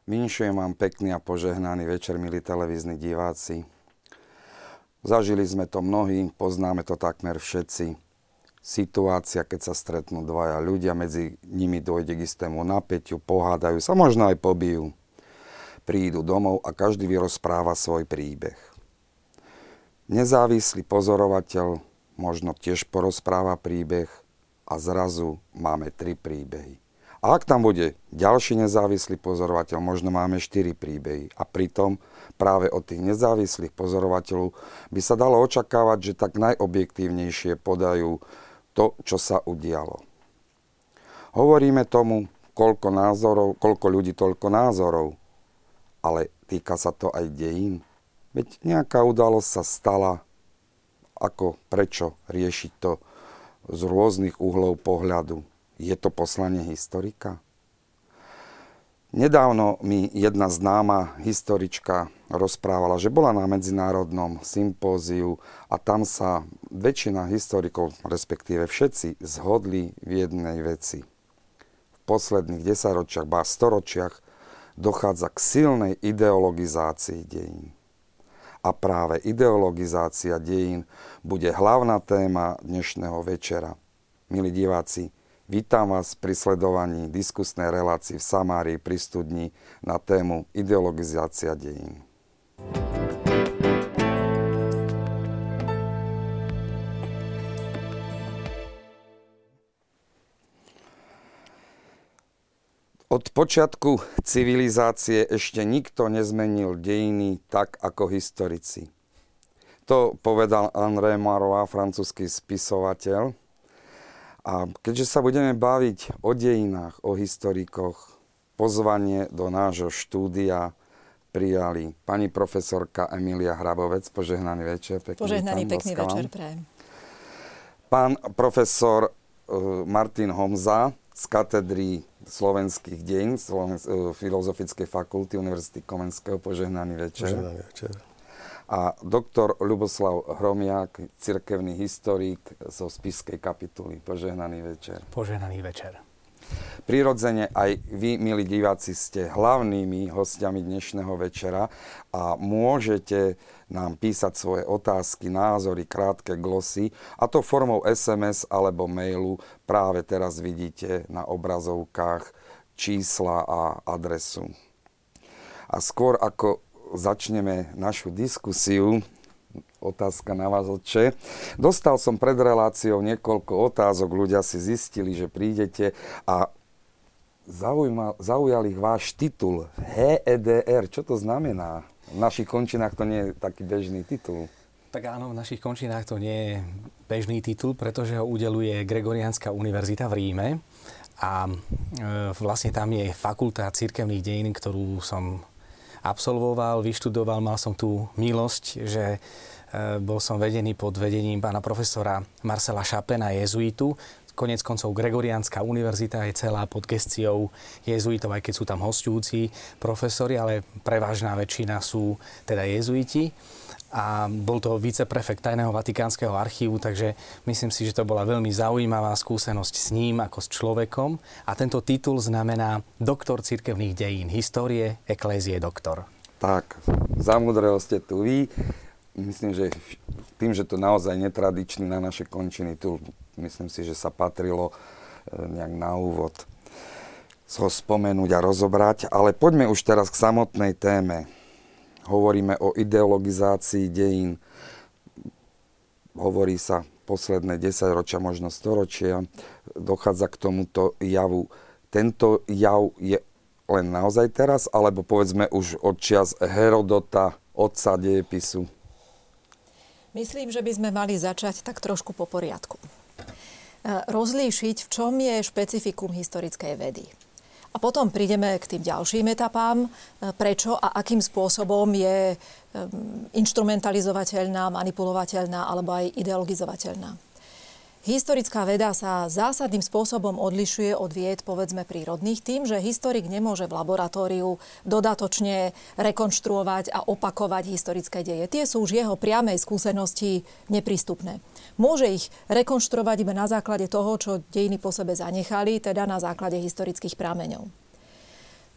Vinšujem vám pekný a požehnaný večer, milí televízni diváci. Zažili sme to mnohí, poznáme to takmer všetci. Situácia, keď sa stretnú dvaja ľudia, medzi nimi dôjde k istému napätiu, pohádajú sa, možno aj pobijú. Prídu domov a každý vyrozpráva svoj príbeh. Nezávislý pozorovateľ možno tiež porozpráva príbeh a zrazu máme 3 príbehy. A ak tam bude ďalší nezávislý pozorovateľ, možno máme 4 príbehy. A pritom práve od tých nezávislých pozorovateľov by sa dalo očakávať, že tak najobjektívnejšie podajú to, čo sa udialo. Hovoríme tomu, koľko názorov, koľko ľudí, toľko názorov. Ale týka sa to aj dejín. Veď nejaká udalosť sa stala, ako, prečo riešiť to z rôznych uhlov pohľadu. Je to poslanie historika? Nedávno mi jedna známa historička rozprávala, že bola na medzinárodnom sympóziu a tam sa väčšina historikov, respektíve všetci, zhodli v jednej veci. V posledných 10-ročiach, ba 100-ročiach dochádza k silnej ideologizácii dejín. A práve ideologizácia dejín bude hlavná téma dnešného večera. Milí diváci, vítam vás pri sledovaní diskusnej relácii v Samárii pri studni na tému ideologizácia dejín. Od počiatku civilizácie ešte nikto nezmenil dejiny tak ako historici. To povedal André Malraux, francúzsky spisovateľ. A keďže sa budeme baviť o dejinách, o historikoch, pozvanie do nášho štúdia prijali pani profesorka Emília Hrabovec. Požehnaný večer. Požehnaný pekný večer prajem. Pán profesor Martin Homza z katedry slovenských dejín Filozofickej fakulty Univerzity Komenského. Požehnaný večer. Požehnaný večer. A doktor Ľuboslav Hromiak, cirkevný historik zo Spišskej kapituly. Požehnaný večer. Požehnaný večer. Prirodzene aj vy, milí diváci, ste hlavnými hostiami dnešného večera a môžete nám písať svoje otázky, názory, krátke glosy, a to formou SMS alebo mailu. Práve teraz vidíte na obrazovkách čísla a adresu. A skôr ako začneme našu diskusiu, otázka na vás, otče. Dostal som pred reláciou niekoľko otázok, ľudia si zistili, že prídete a zaujal ich váš titul HEDR. Čo to znamená? V našich končinách to nie je taký bežný titul. Tak áno, v našich končinách to nie je bežný titul, pretože ho udeľuje Gregoriánska univerzita v Ríme a vlastne tam je fakulta cirkevných dejín, ktorú som absolvoval, vyštudoval, mal som tú milosť, že bol som vedený pod vedením pána profesora Marcela Chapena, jezuitu. Konec koncov Gregoriánska univerzita je celá pod gesciou jezuitov, aj keď sú tam hosťujúci profesori, ale prevažná väčšina sú teda jezuiti. A bol to viceprefekt Tajného vatikánskeho archívu, takže myslím si, že to bola veľmi zaujímavá skúsenosť s ním ako s človekom. A tento titul znamená doktor cirkevných dejín, histórie, eklézie doktor. Tak, za múdreho ste tu vy. Myslím, že tým, že to naozaj netradičný na naše končiny, tu myslím si, že sa patrilo nejak na úvod ho spomenúť a rozobrať. Ale poďme už teraz k samotnej téme. Hovoríme o ideologizácii dejín. Hovorí sa posledné 10 ročia, možno storočia. Dochádza k tomuto javu. Tento jav je len naozaj teraz, alebo povedzme už od čias Herodota, otca dejepisu? Myslím, že by sme mali začať tak trošku po poriadku. Rozlíšiť, v čom je špecifikum historickej vedy. A potom prídeme k tým ďalším etapám, prečo a akým spôsobom je inštrumentalizovateľná, manipulovateľná alebo aj ideologizovateľná. Historická veda sa zásadným spôsobom odlišuje od vied, povedzme, prírodných tým, že historik nemôže v laboratóriu dodatočne rekonštruovať a opakovať historické deje. Tie sú už jeho priamej skúsenosti neprístupné. Môže ich rekonštruovať iba na základe toho, čo dejiny po sebe zanechali, teda na základe historických prameňov.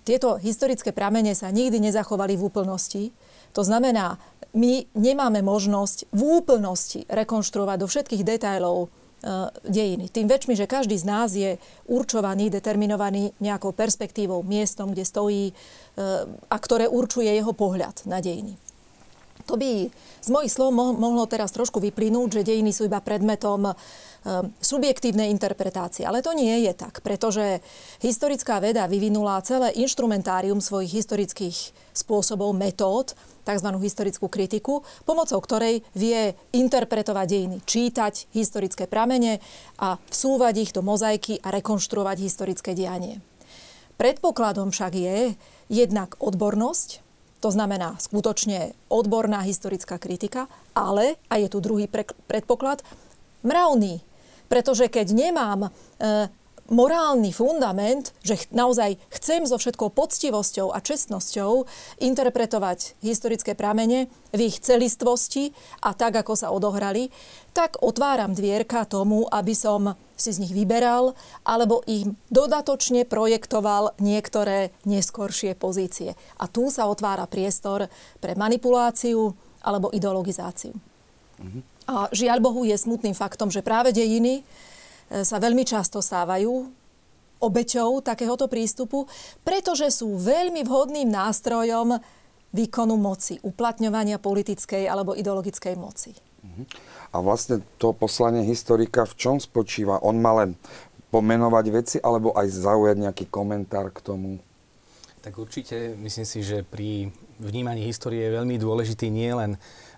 tieto historické pramene sa nikdy nezachovali v úplnosti. To znamená, my nemáme možnosť v úplnosti rekonštruovať do všetkých detailov dejiny. Tým väčšmi, že každý z nás je určovaný, determinovaný nejakou perspektívou, miestom, kde stojí a ktoré určuje jeho pohľad na dejiny. To by z mojich slov mohlo teraz trošku vyplynúť, že dejiny sú iba predmetom subjektívnej interpretácie. Ale to nie je tak, pretože historická veda vyvinula celé inštrumentárium svojich historických spôsobov, metód, tzv. Historickú kritiku, pomocou ktorej vie interpretovať dejiny, čítať historické pramene a vsúvať ich do mozaiky a rekonštruovať historické dianie. Predpokladom však je jednak odbornosť, to znamená skutočne odborná historická kritika, ale, a je tu druhý predpoklad, mravný. Pretože keď nemám morálny fundament, že naozaj chcem so všetkou poctivosťou a čestnosťou interpretovať historické pramene v ich celistvosti a tak, ako sa odohrali, tak otváram dvierka tomu, aby som si z nich vyberal alebo ich dodatočne projektoval niektoré neskoršie pozície. A tu sa otvára priestor pre manipuláciu alebo ideologizáciu. A žiaľ Bohu je smutným faktom, že práve dejiny sa veľmi často stávajú obeťou takéhoto prístupu, pretože sú veľmi vhodným nástrojom výkonu moci, uplatňovania politickej alebo ideologickej moci. A vlastne to poslanie historika v čom spočíva? On má len pomenovať veci alebo aj zaujať nejaký komentár k tomu? Tak určite myslím si, že pri vnímaní histórie je veľmi dôležitý nielen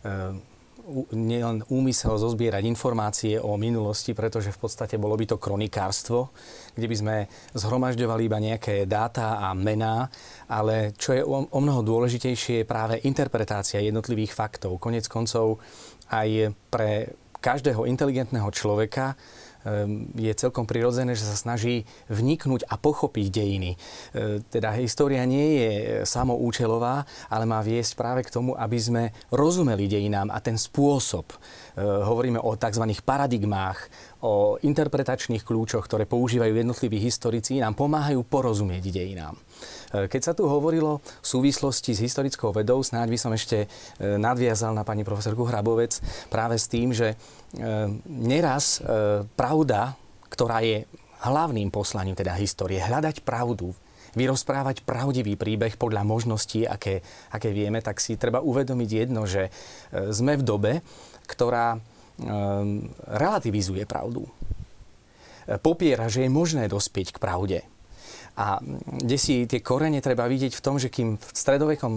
úmysel zozbierať informácie o minulosti, pretože v podstate bolo by to kronikárstvo, kde by sme zhromažďovali iba nejaké dáta a mená, ale čo je o mnoho dôležitejšie je práve interpretácia jednotlivých faktov. Koniec koncov aj pre každého inteligentného človeka je celkom prirodzené, že sa snaží vniknúť a pochopiť dejiny. Teda história nie je samoučelová, ale má viesť práve k tomu, aby sme rozumeli dejinám a ten spôsob. Hovoríme o tzv. Paradigmách, o interpretačných kľúčoch, ktoré používajú jednotliví historici, nám pomáhajú porozumieť dejinám. Keď sa tu hovorilo v súvislosti s historickou vedou, snáď by som ešte nadviazal na pani profesorku Hrabovec práve s tým, že neraz pravda, ktorá je hlavným poslaním teda histórie, hľadať pravdu, vyrozprávať pravdivý príbeh podľa možností, aké vieme, tak si treba uvedomiť jedno, že sme v dobe, ktorá relativizuje pravdu. Popiera, že je možné dospieť k pravde. A kde si tie korene treba vidieť v tom, že kým v stredovekom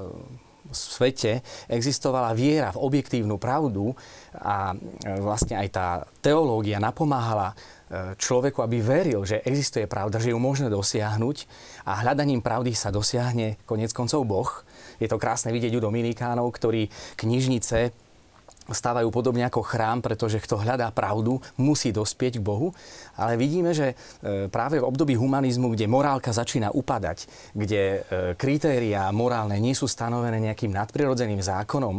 svete existovala viera v objektívnu pravdu a vlastne aj tá teológia napomáhala človeku, aby veril, že existuje pravda, že ju možno dosiahnuť a hľadaním pravdy sa dosiahne koniec koncov Boh. Je to krásne vidieť u Dominikánov, ktorí knižnice stávajú podobne ako chrám, pretože kto hľadá pravdu, musí dospieť k Bohu. Ale vidíme, že práve v období humanizmu, kde morálka začína upadať, kde kritériá morálne nie sú stanovené nejakým nadprirodzeným zákonom,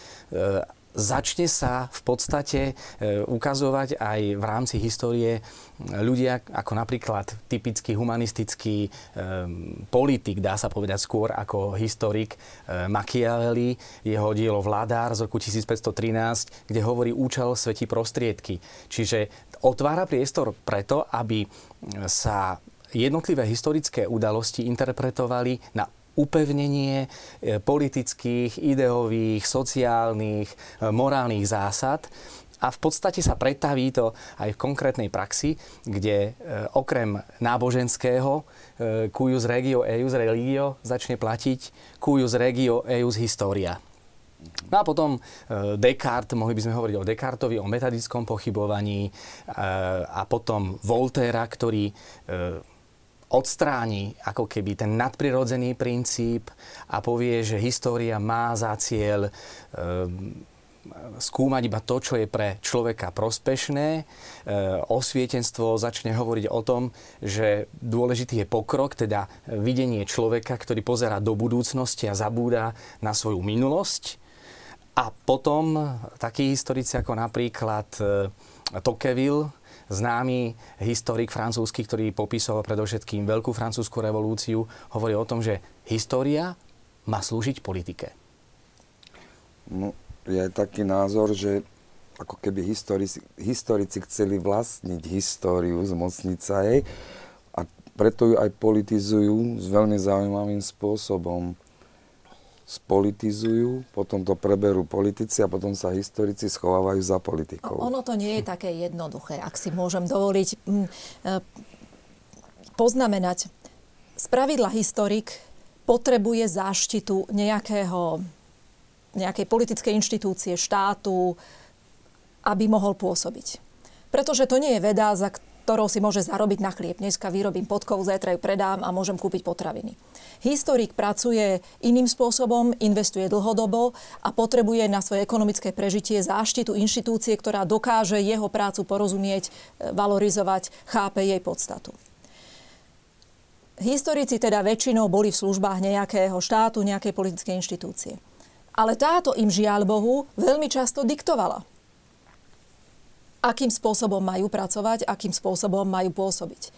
začne sa v podstate ukazovať aj v rámci histórie ľudia ako napríklad typický humanistický politik, dá sa povedať skôr ako historik Machiavelli, jeho dielo Vladár z roku 1513, kde hovorí účel svätí prostriedky. Čiže otvára priestor preto, aby sa jednotlivé historické udalosti interpretovali na upevnenie politických, ideových, sociálnych, morálnych zásad a v podstate sa pretaví to aj v konkrétnej praxi, kde okrem náboženského cuius regio eius religio začne platiť cuius regio eius historia. No a potom Descartes, mohli by sme hovoriť o Descartovi, o metodickom pochybovaní a potom Voltaira, ktorý odstráni ako keby ten nadprirodzený princíp a povie, že história má za cieľ skúmať iba to, čo je pre človeka prospešné. Osvietenstvo začne hovoriť o tom, že dôležitý je pokrok, teda videnie človeka, ktorý pozerá do budúcnosti a zabúda na svoju minulosť. A potom takí historici ako napríklad Tocqueville známy historik francúzsky, ktorý popisoval predovšetkým Veľkú francúzsku revolúciu, hovorí o tom, že história má slúžiť politike. No, je taký názor, že ako keby historici chceli vlastniť históriu, zmocniť sa jej a preto ju aj politizujú s veľmi zaujímavým spôsobom. Spolitizujú, potom to preberú politici a potom sa historici schovávajú za politikov. Ono to nie je také jednoduché, ak si môžem dovoliť poznamenať. Spravidla historik potrebuje záštitu nejakej politickej inštitúcie, štátu, aby mohol pôsobiť. Pretože to nie je veda, za ktorou si môže zarobiť na chlieb. Dneska vyrobím podkovu, zajtra ju predám a môžem kúpiť potraviny. Historik pracuje iným spôsobom, investuje dlhodobo a potrebuje na svoje ekonomické prežitie záštitu inštitúcie, ktorá dokáže jeho prácu porozumieť, valorizovať, chápe jej podstatu. Historici teda väčšinou boli v službách nejakého štátu, nejakej politickej inštitúcie. Ale táto im, žiaľ Bohu, veľmi často diktovala, akým spôsobom majú pracovať, akým spôsobom majú pôsobiť.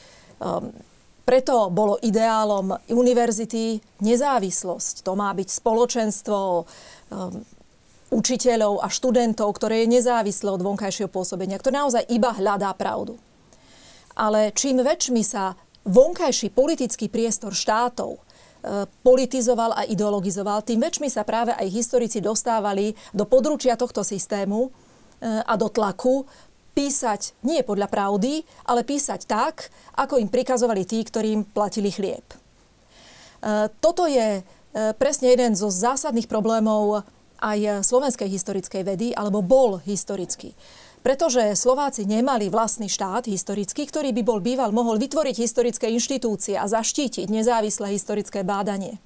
Preto bolo ideálom univerzity nezávislosť. To má byť spoločenstvo učiteľov a študentov, ktoré je nezávislé od vonkajšieho pôsobenia, ktoré naozaj iba hľadá pravdu. Ale čím väčšmi sa vonkajší politický priestor štátov politizoval a ideologizoval, tým väčšmi sa práve aj historici dostávali do područia tohto systému a do tlaku písať nie podľa pravdy, ale písať tak, ako im prikazovali tí, ktorým platili chlieb. Toto je presne jeden zo zásadných problémov aj slovenskej historickej vedy, alebo bol historický. Pretože Slováci nemali vlastný štát historický, ktorý by mohol vytvoriť historické inštitúcie a zaštítiť nezávislé historické bádanie.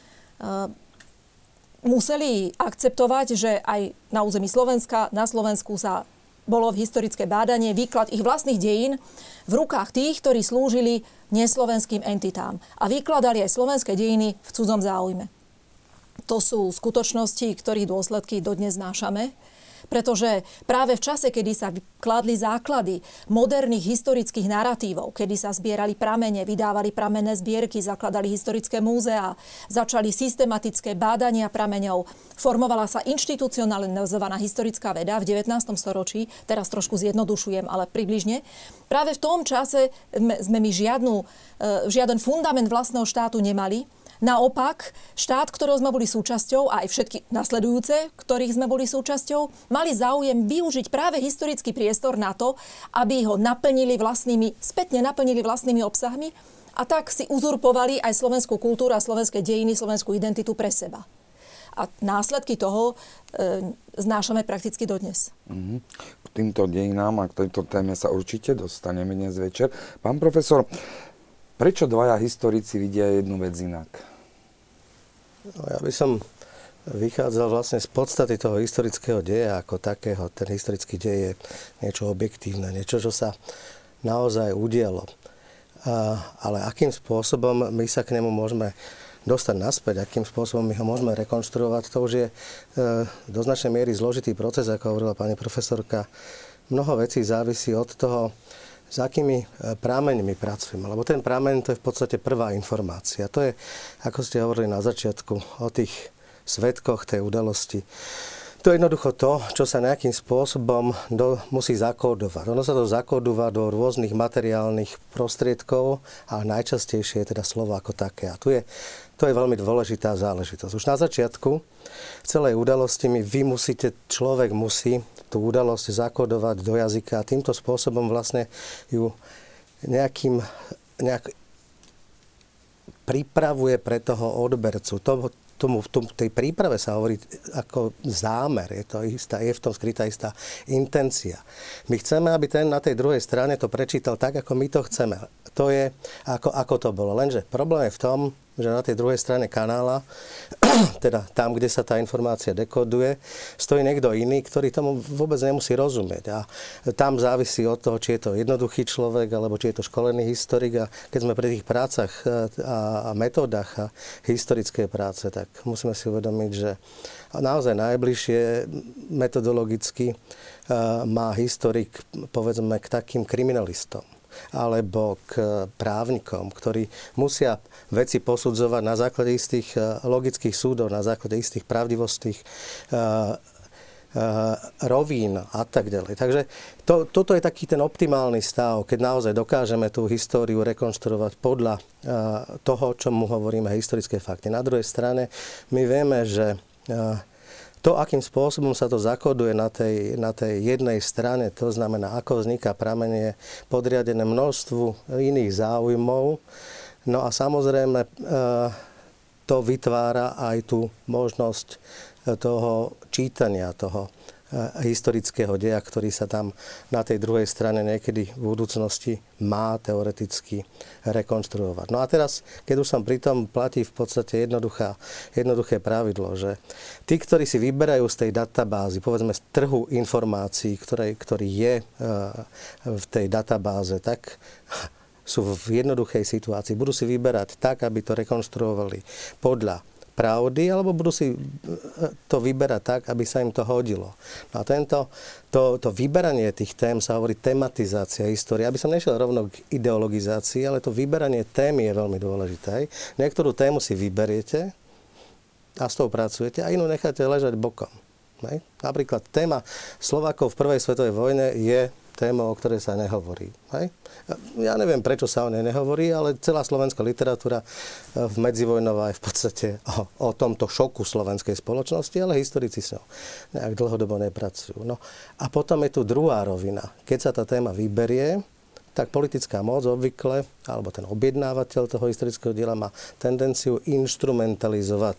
Museli akceptovať, že aj na území Slovenska, na Slovensku sa bolo v historické bádanie, výklad ich vlastných dejín v rukách tých, ktorí slúžili neslovenským entitám a vykladali aj slovenské dejiny v cudzom záujme. To sú skutočnosti, ktorých dôsledky dodnes znášame, pretože práve v čase, kedy sa kladli základy moderných historických naratívov, kedy sa zbierali pramene, vydávali pramenné zbierky, zakladali historické múzeá, začali systematické bádania prameňov, formovala sa inštitucionalizovaná historická veda v 19. storočí, teraz trošku zjednodušujem, ale približne. Práve v tom čase sme my žiaden fundament vlastného štátu nemali. Naopak, štát, ktorého sme boli súčasťou, a aj všetky nasledujúce, ktorých sme boli súčasťou, mali záujem využiť práve historický priestor na to, aby ho spätne naplnili vlastnými obsahmi a tak si uzurpovali aj slovenskú kultúru a slovenské dejiny, slovenskú identitu pre seba. A následky toho znášame prakticky dodnes. K týmto dejinám a k tejto téme sa určite dostaneme dnes večer. Pán profesor, prečo dvaja historici vidia jednu vec inak? No, ja by som vychádzal vlastne z podstaty toho historického deja ako takého. Ten historický dej je niečo objektívne, niečo, čo sa naozaj udialo. Ale akým spôsobom my sa k nemu môžeme dostať naspäť, akým spôsobom my ho môžeme rekonštruovať, to už je do značnej miery zložitý proces, ako hovorila pani profesorka. Mnoho vecí závisí od toho, s akými prameňmi pracujeme. Lebo ten prameň, to je v podstate prvá informácia. To je, ako ste hovorili na začiatku, o tých svedkoch tej udalosti. To je jednoducho to, čo sa nejakým spôsobom musí zakódovať. Ono sa to zakódova do rôznych materiálnych prostriedkov a najčastejšie je teda slovo ako také. A to je veľmi dôležitá záležitosť. Už na začiatku celej udalosti človek musí tú udalosť zakódovať do jazyka a týmto spôsobom vlastne ju nejak pripravuje pre toho odbercu. Tej príprave sa hovorí ako zámer. Je v tom skrytá istá intencia. My chceme, aby ten na tej druhej strane to prečítal tak, ako my to chceme. To je, ako to bolo. Lenže problém je v tom, že na tej druhej strane kanála, teda tam, kde sa tá informácia dekoduje, stojí niekto iný, ktorý tomu vôbec nemusí rozumieť. A tam závisí od toho, či je to jednoduchý človek, alebo či je to školený historik. A keď sme pri tých prácach a metódach a historické práce, tak musíme si uvedomiť, že naozaj najbližšie metodologicky má historik, povedzme, k takým kriminalistom alebo k právnikom, ktorí musia veci posudzovať na základe istých logických súdov, na základe istých pravdivostných rovín a tak ďalej. Takže toto je taký ten optimálny stav, keď naozaj dokážeme tú históriu rekonštruovať podľa toho, čomu hovoríme historické fakty. Na druhej strane my vieme, že to, akým spôsobom sa to zakoduje na tej jednej strane, to znamená, ako vzniká pramenie podriadené množstvu iných záujmov. No a samozrejme to vytvára aj tú možnosť toho čítania, toho historického deja, ktorý sa tam na tej druhej strane niekedy v budúcnosti má teoreticky rekonštruovať. No a teraz, keď už som pri tom, platí v podstate jednoduché pravidlo, že tí, ktorí si vyberajú z tej databázy, povedzme z trhu informácií, ktorý je v tej databáze, tak sú v jednoduchej situácii. Budú si vyberať tak, aby to rekonštruovali podľa pravdy, alebo budú si to vyberať tak, aby sa im to hodilo. No a to vyberanie tých tém sa hovorí tematizácia histórie. Aby som nešiel rovno k ideologizácii, ale to vyberanie témy je veľmi dôležité. Niektorú tému si vyberiete a s tou pracujete a inú necháte ležať bokom. Napríklad téma Slovákov v prvej svetovej vojne je téma, o ktorej sa nehovorí. Ja neviem, prečo sa o nej nehovorí, ale celá slovenská literatúra v medzivojnová je v podstate o tomto šoku slovenskej spoločnosti, ale historici s ňou nejak dlhodobo nepracujú. No a potom je tu druhá rovina. Keď sa tá téma vyberie, tak politická moc obvykle, alebo ten objednávateľ toho historického diela má tendenciu instrumentalizovať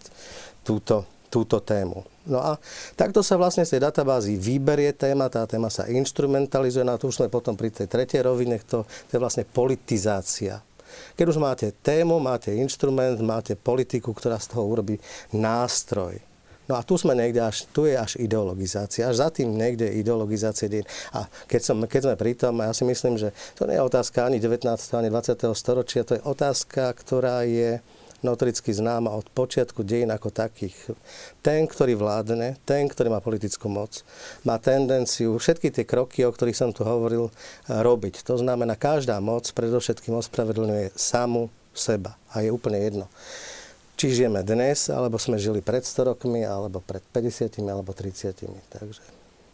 túto tému. No a takto sa vlastne z tej databázy vyberie téma, tá téma sa instrumentalizuje, no a tu už sme potom pri tej tretej rovine, to je vlastne politizácia. Keď už máte tému, máte inštrument, máte politiku, ktorá z toho urobí nástroj. No a tu sme niekde tu je až ideologizácia. Až za tým niekde je ideologizácia dejín. A keď sme pri tom, ja si myslím, že to nie je otázka ani 19. ani 20. storočia, to je otázka, ktorá je notoricky známa od počiatku dejín ako takých. Ten, ktorý vládne, ten, ktorý má politickú moc, má tendenciu všetky tie kroky, o ktorých som tu hovoril, robiť. To znamená, každá moc predovšetkým ospravedlňuje samu seba. A je úplne jedno. Či žijeme dnes, alebo sme žili pred 100 rokmi, alebo pred 50, alebo 30. Takže.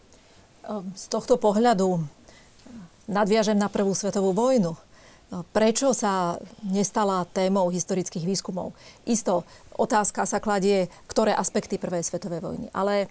Z tohto pohľadu nadviažem na prvú svetovú vojnu. Prečo sa nestala témou historických výskumov? Isto, otázka sa kladie, ktoré aspekty prvej svetovej vojny. Ale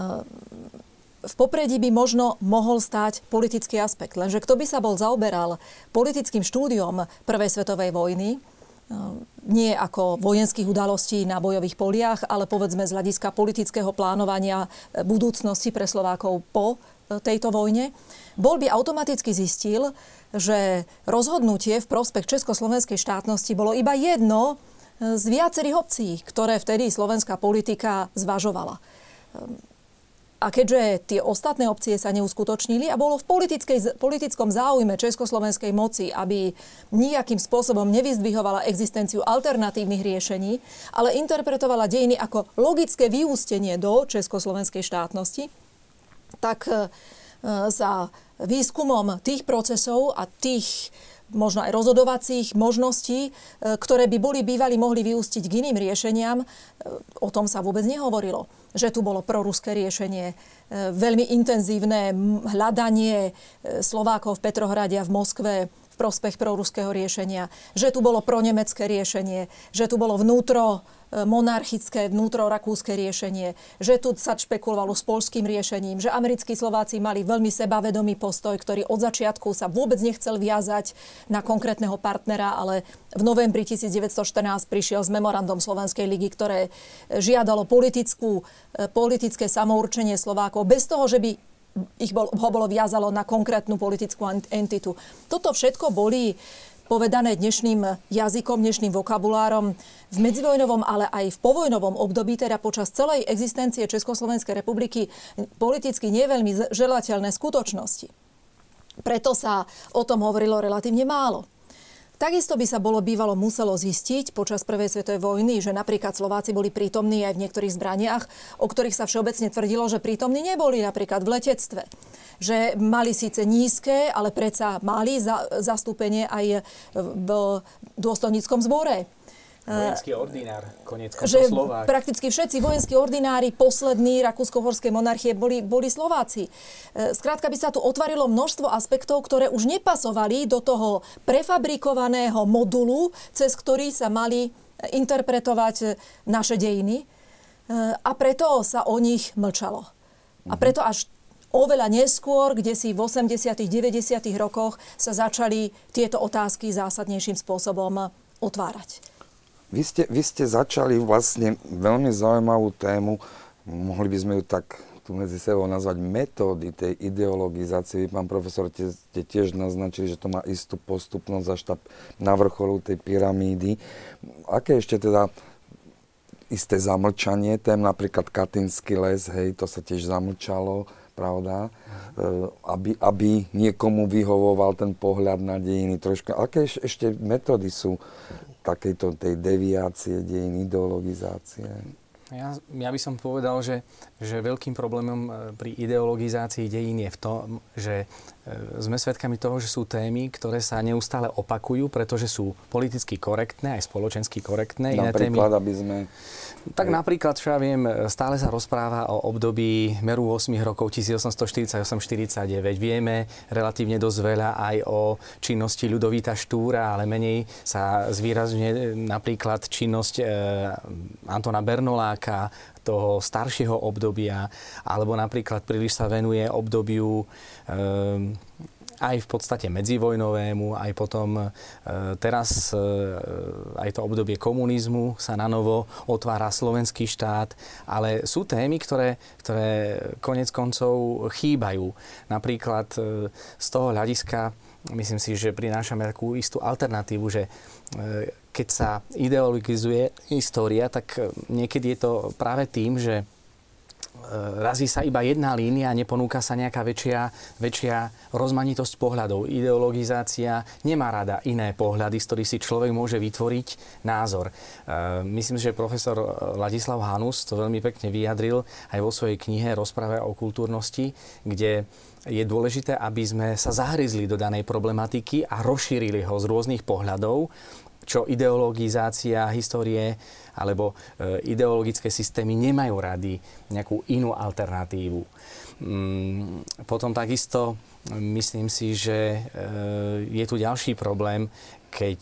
v popredí by možno mohol stáť politický aspekt. Lenže kto by sa bol zaoberal politickým štúdiom prvej svetovej vojny, nie ako vojenských udalostí na bojových poliach, ale povedzme z hľadiska politického plánovania budúcnosti pre Slovákov po tejto vojne, bol by automaticky zistil, že rozhodnutie v prospech československej štátnosti bolo iba jedno z viacerých opcií, ktoré vtedy slovenská politika zvažovala. A keďže tie ostatné opcie sa neuskutočnili a bolo v politickom záujme československej moci, aby nejakým spôsobom nevyzdvihovala existenciu alternatívnych riešení, ale interpretovala dejiny ako logické vyústenie do československej štátnosti, tak za výskumom tých procesov a tých možno aj rozhodovacích možností, ktoré by bývali mohli vyústiť k iným riešeniam, o tom sa vôbec nehovorilo. Že tu bolo proruské riešenie, veľmi intenzívne hľadanie Slovákov v Petrohrade a v Moskve v prospech proruského riešenia, že tu bolo pronemecké riešenie, že tu bolo monarchické, vnútrorakúske riešenie, že tu sa špekulovalo s poľským riešením, že americkí Slováci mali veľmi sebavedomý postoj, ktorý od začiatku sa vôbec nechcel viazať na konkrétneho partnera, ale v novembri 1914 prišiel s memorandum Slovenskej ligy, ktoré žiadalo politické samourčenie Slovákov bez toho, že by ho bolo viazalo na konkrétnu politickú entitu. Toto všetko boli povedané dnešným jazykom, dnešným vokabulárom, v medzivojnovom, ale aj v povojnovom období, teda počas celej existencie Československej republiky, politicky nie veľmi želateľné skutočnosti. Preto sa o tom hovorilo relatívne málo. Takisto by sa bývalo muselo zistiť počas Prvej svetovej vojny, že napríklad Slováci boli prítomní aj v niektorých zbraniach, o ktorých sa všeobecne tvrdilo, že prítomní neboli, napríklad v letectve. Že mali síce nízke, ale predsa mali zastúpenie aj v dôstojníckom zbore. Vojenský ordinár, koniec koncov že Slovák. Prakticky všetci vojenskí ordinári poslední Rakúsko-Uhorskej monarchie boli Slováci. Skrátka by sa tu otvorilo množstvo aspektov, ktoré už nepasovali do toho prefabrikovaného modulu, cez ktorý sa mali interpretovať naše dejiny. A preto sa o nich mlčalo. A preto až oveľa neskôr, kde si v 80. 90. rokoch sa začali tieto otázky zásadnejším spôsobom otvárať. Vy ste začali vlastne veľmi zaujímavú tému, mohli by sme ju tak tu medzi sebou nazvať metódy tej ideologizácie. Pán profesor, ste tiež naznačili, že to má istú postupnosť až na vrcholu tej pyramídy. Aké ešte teda isté zamlčanie, tém napríklad Katinský les, hej, to sa tiež zamlčalo, pravda? Aby niekomu vyhovoval ten pohľad na dejiny trošku. Aké ešte metódy sú takejto tej deviácie dejín, ideologizácie? Ja by som povedal, že veľkým problémom pri ideologizácii dejín je v tom, že sme svedkami toho, že sú témy, ktoré sa neustále opakujú, pretože sú politicky korektné, aj spoločensky korektné. Napríklad, aby sme... Tak napríklad, čo ja viem, stále sa rozpráva o období meru 8 rokov 1848-49. Vieme relatívne dosť veľa aj o činnosti Ľudovíta Štúra, ale menej sa zvýrazňuje napríklad činnosť Antona Bernoláka, toho staršieho obdobia, alebo napríklad príliš sa venuje obdobiu aj v podstate medzivojnovému, aj potom teraz aj to obdobie komunizmu sa na novo otvára slovenský štát, ale sú témy, ktoré koniec koncov chýbajú. Napríklad z toho hľadiska myslím si, že prinášame takú istú alternatívu, že keď sa ideologizuje história, tak niekedy je to práve tým, že razí sa iba jedna línia a neponúka sa nejaká väčšia rozmanitosť pohľadov. Ideologizácia nemá rada iné pohľady, z ktorých si človek môže vytvoriť názor. Myslím, že profesor Ladislav Hanus to veľmi pekne vyjadril aj vo svojej knihe Rozprave o kultúrnosti, kde je dôležité, aby sme sa zahryzli do danej problematiky a rozšírili ho z rôznych pohľadov, čo ideologizácia histórie alebo ideologické systémy nemajú rady nejakú inú alternatívu. Potom takisto myslím si, že je tu ďalší problém, keď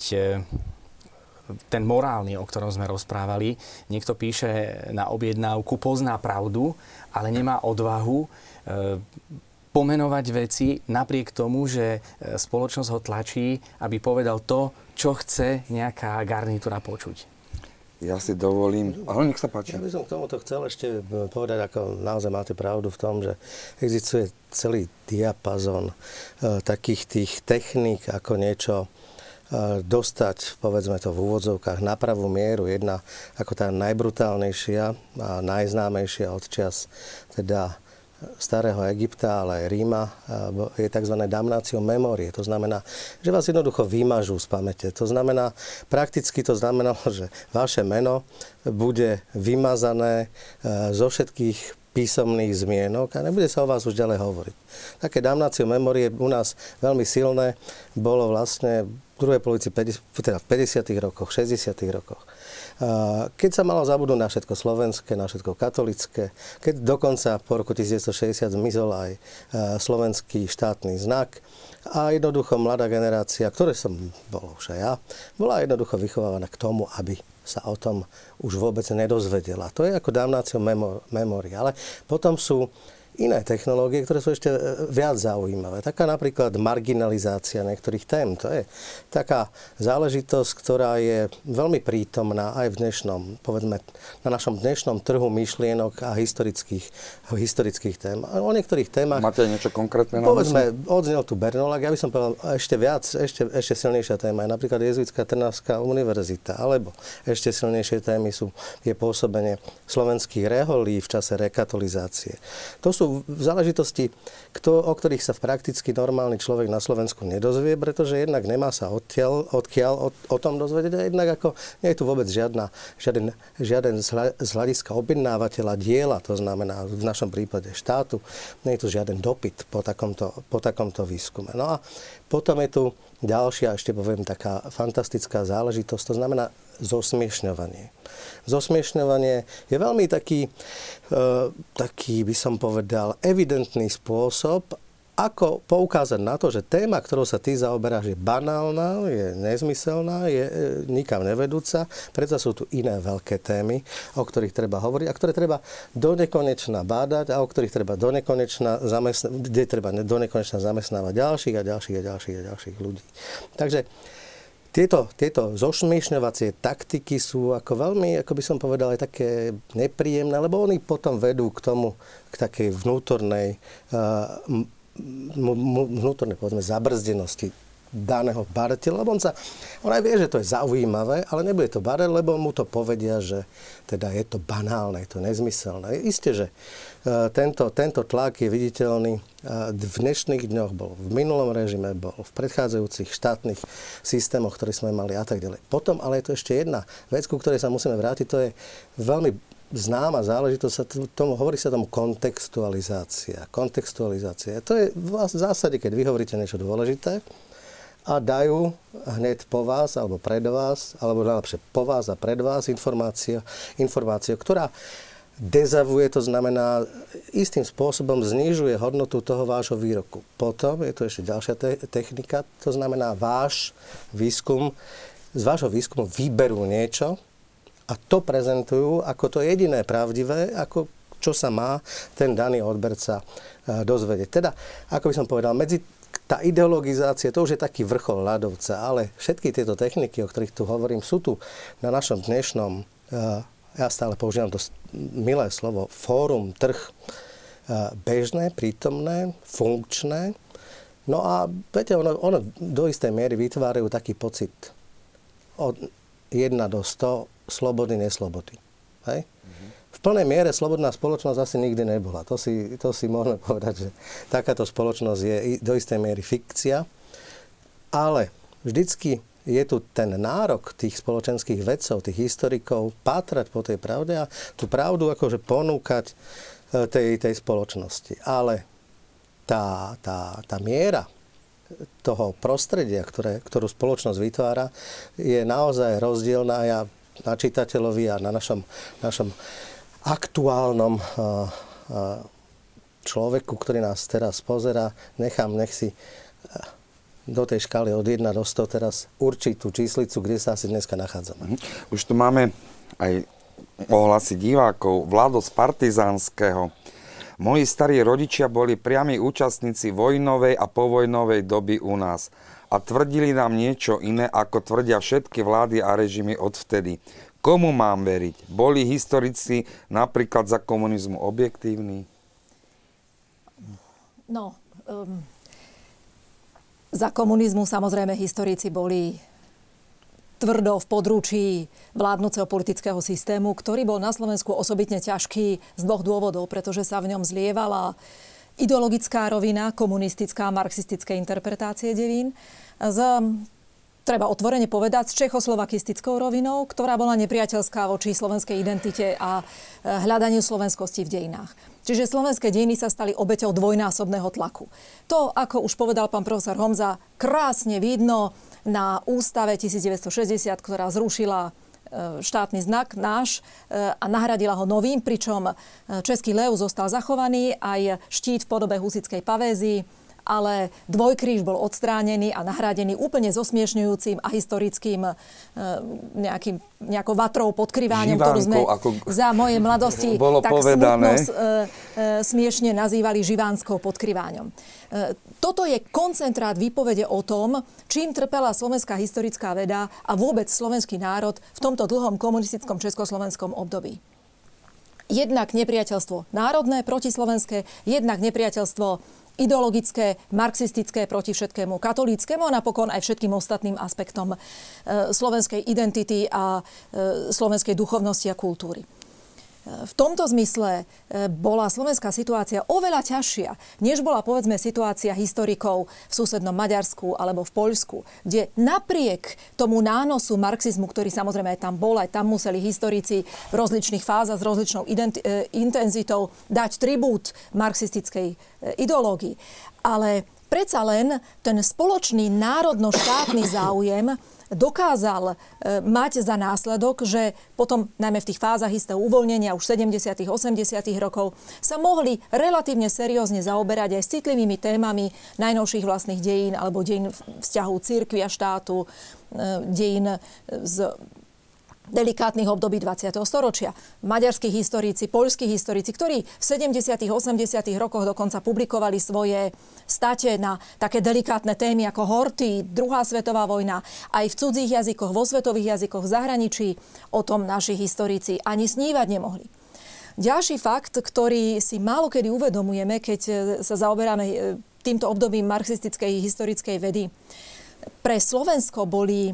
ten morálny, o ktorom sme rozprávali, niekto píše na objednávku, pozná pravdu, ale nemá odvahu pomenovať veci napriek tomu, že spoločnosť ho tlačí, aby povedal to, čo chce nejaká garnitúra počuť. Ja si dovolím, ale nech sa páči. Ja by som k tomuto chcel ešte povedať, ako naozaj máte pravdu v tom, že existuje celý diapazon takých tých techník, ako niečo dostať, povedzme to v úvodzovkách, na pravú mieru. Jedna ako tá najbrutálnejšia a najznámejšia odčias teda starého Egypta, ale aj Ríma, je tzv. Damnatio memorie. To znamená, že vás jednoducho vymažú z pamäte. To znamená, prakticky to znamenalo, že vaše meno bude vymazané zo všetkých písomných zmienok a nebude sa o vás už ďalej hovoriť. Také damnatio memorie u nás veľmi silné bolo vlastne v druhej polovici v 50. rokoch, 60. rokoch. Keď sa malo zabudnúť na všetko slovenské, na všetko katolické, keď dokonca po roku 1960 zmizol aj slovenský štátny znak a jednoducho mladá generácia, ktoré som bol už aj ja, bola jednoducho vychovávaná k tomu, aby sa o tom už vôbec nedozvedela. To je ako damnatio memoria. Ale potom sú iné technológie, ktoré sú ešte viac zaujímavé. Taká napríklad marginalizácia niektorých tém. To je taká záležitosť, ktorá je veľmi prítomná aj v dnešnom, povedzme, na našom dnešnom trhu myšlienok a historických tém. A o niektorých témach... Máte niečo konkrétne na Povedzme, odznel tu Bernolák, ja by som povedal ešte viac, ešte silnejšia téma je napríklad Jezuitská Trnavská univerzita, alebo ešte silnejšie témy je pôsobenie slovenských reholí v čase rekatolizácie. To sú záležitosti, o ktorých sa prakticky normálny človek na Slovensku nedozvie, pretože jednak nemá sa odkiaľ o tom dozvedieť a jednak ako nie je tu vôbec žiaden z hľadiska objednávateľa diela, to znamená v našom prípade štátu, nie je tu žiaden dopyt po takomto výskume. No a potom je tu ďalšia, ešte poviem, taká fantastická záležitosť, to znamená zosmiešňovanie. Zosmiešňovanie je veľmi taký, by som povedal, evidentný spôsob, ako poukázať na to, že téma, ktorou sa ty zaoberáš, je banálna, je nezmyselná, je nikam nevedúca. Predsa sú tu iné veľké témy, o ktorých treba hovoriť a ktoré treba donekonečna bádať a o ktorých treba kde treba donekonečna zamestnávať ďalších ľudí. Takže tieto zosmiešňovacie taktiky sú ako veľmi, ako by som povedal, aj také nepríjemné, lebo oni potom vedú k takej vnútornej povedzme, zabrzdenosti daného badateľa, lebo on aj vie, že to je zaujímavé, ale nebude to badať, lebo mu to povedia, že teda je to banálne, je to nezmyselné. Isté, že tento tlak je viditeľný v dnešných dňoch, bol v minulom režime, bol v predchádzajúcich štátnych systémoch, ktoré sme mali a tak ďalej. Potom, ale je to ešte jedna vec, ku ktorej sa musíme vrátiť, to je veľmi známa záležitosť, hovorí sa tomu kontextualizácia. Kontextualizácia. To je v zásade, keď vy hovoríte niečo dôležité a dajú hneď po vás, alebo pred vás, alebo najlepšie po vás a pred vás informáciu, ktorá dezavuje, to znamená, istým spôsobom znižuje hodnotu toho vášho výroku. Potom je tu ešte ďalšia technika, to znamená, z vášho výskumu vyberú niečo, a to prezentujú ako to jediné pravdivé, ako čo sa má ten daný odberca dozvedieť. Teda, ako by som povedal, tá ideologizácia, to už je taký vrchol ľadovca, ale všetky tieto techniky, o ktorých tu hovorím, sú tu na našom dnešnom, ja stále používam to milé slovo, fórum, trh, bežné, prítomné, funkčné. No a viete, ono do istej miery vytvárajú taký pocit od 1 do 100 slobody, neslobody. Hej? V plnej miere slobodná spoločnosť asi nikdy nebola. To si môžeme povedať, že takáto spoločnosť je do istej miery fikcia. Ale vždycky je tu ten nárok tých spoločenských vedcov, tých historikov pátrať po tej pravde a tú pravdu akože ponúkať tej spoločnosti. Ale tá miera toho prostredia, ktorú spoločnosť vytvára, je naozaj rozdielna. Ja na čitateľovi a na našom aktuálnom človeku, ktorý nás teraz pozerá, nech si do tej škály od 1 do 100 teraz určiť tú číslicu, kde sa asi dneska nachádzame. Už tu máme aj ohlasy divákov. Vlado z Partizánskeho. Moji starí rodičia boli priami účastníci vojnovej a povojnovej doby u nás. A tvrdili nám niečo iné, ako tvrdia všetky vlády a režimy odvtedy. Komu mám veriť? Boli historici napríklad za komunizmu objektívni? Za komunizmu samozrejme historici boli tvrdo v područí vládnuceho politického systému, ktorý bol na Slovensku osobitne ťažký z 2 dôvodov, pretože sa v ňom zlievala ideologická rovina, komunistická, marxistická interpretácie dejín, treba otvorene povedať, s čechoslovakistickou rovinou, ktorá bola nepriateľská voči slovenskej identite a hľadaniu slovenskosti v dejinách. Čiže slovenské dejiny sa stali obeťou dvojnásobného tlaku. To, ako už povedal pán profesor Homza, krásne vidno na ústave 1960, ktorá zrušila štátny znak náš a nahradila ho novým, pričom český lev zostal zachovaný, aj štít v podobe husitskej pavézy, ale dvojkríž bol odstránený a nahradený úplne zosmiešňujúcim a historickým nejakou vatrou podkryváňom, ktorú sme za mojej mladosti tak smutno smiešne nazývali živánskou podkryváňom. Toto je koncentrát výpovede o tom, čím trpela slovenská historická veda a vôbec slovenský národ v tomto dlhom komunistickom československom období. Jednak nepriateľstvo národné, protislovenské, jednak nepriateľstvo ideologické, marxistické proti všetkému katolíckému a napokon aj všetkým ostatným aspektom slovenskej identity a slovenskej duchovnosti a kultúry. V tomto zmysle bola slovenská situácia oveľa ťažšia, než bola, povedzme, situácia historikov v susednom Maďarsku alebo v Poľsku, kde napriek tomu nánosu marxizmu, ktorý samozrejme aj tam bol, aj tam museli historici v rozličných fázach s rozličnou intenzitou dať tribút marxistickej ideológii. Ale predsa len ten spoločný národno-štátny záujem dokázal mať za následok, že potom, najmä v tých fázach istého uvoľnenia už 70. 80. rokov, sa mohli relatívne seriózne zaoberať aj s citlivými témami najnovších vlastných dejín alebo dejín vzťahu cirkvi a štátu, dejín z delikátnych období 20. storočia. Maďarskí historici, poľskí historici, ktorí v 70. 80. rokoch dokonca publikovali svoje state na také delikátne témy ako Horthy, druhá svetová vojna, aj v cudzích jazykoch, vo svetových jazykoch, v zahraničí, o tom naši historici ani snívať nemohli. Ďalší fakt, ktorý si málo kedy uvedomujeme, keď sa zaoberáme týmto obdobím marxistickej historickej vedy. Pre Slovensko boli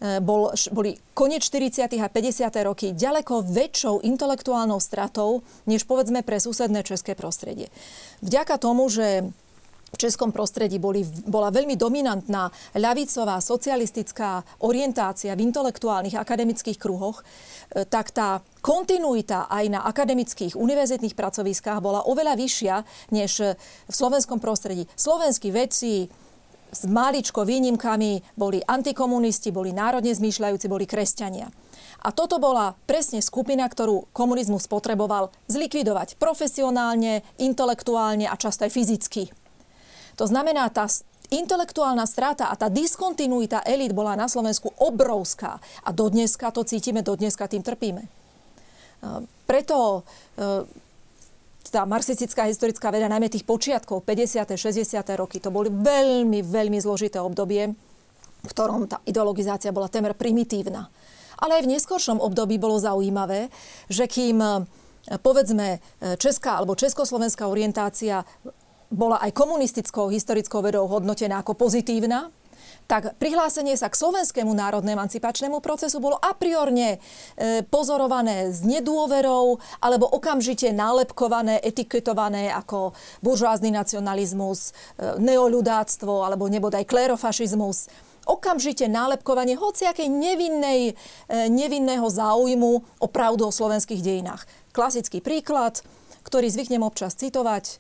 koniec 40. a 50. roky ďaleko väčšou intelektuálnou stratou, než povedzme pre susedné české prostredie. Vďaka tomu, že v českom prostredí bola veľmi dominantná ľavicová socialistická orientácia v intelektuálnych akademických kruhoch, tak tá kontinuita aj na akademických univerzitných pracoviskách bola oveľa vyššia než v slovenskom prostredí. Slovenskí vedci s máličko výnimkami boli antikomunisti, boli národne zmýšľajúci, boli kresťania. A toto bola presne skupina, ktorú komunizmus potreboval zlikvidovať profesionálne, intelektuálne a často aj fyzicky. To znamená, tá intelektuálna strata a tá diskontinuita elít bola na Slovensku obrovská. A dodneska to cítime, dodneska tým trpíme. Preto tá marxistická historická veda, najmä tých počiatkov, 50. 60. roky, to boli veľmi, veľmi zložité obdobie, v ktorom tá ideologizácia bola témer primitívna. Ale aj v neskoršom období bolo zaujímavé, že kým, povedzme, česká alebo československá orientácia bola aj komunistickou historickou vedou hodnotená ako pozitívna, tak prihlásenie sa k slovenskému národno-emancipačnému procesu bolo a priorne pozorované s nedôverou alebo okamžite nálepkované, etiketované ako buržoázny nacionalizmus, neoľudáctvo alebo nebodaj klérofašizmus. Okamžite nálepkovanie hociakej nevinného záujmu o pravdu o slovenských dejinách. Klasický príklad, ktorý zvyknem občas citovať.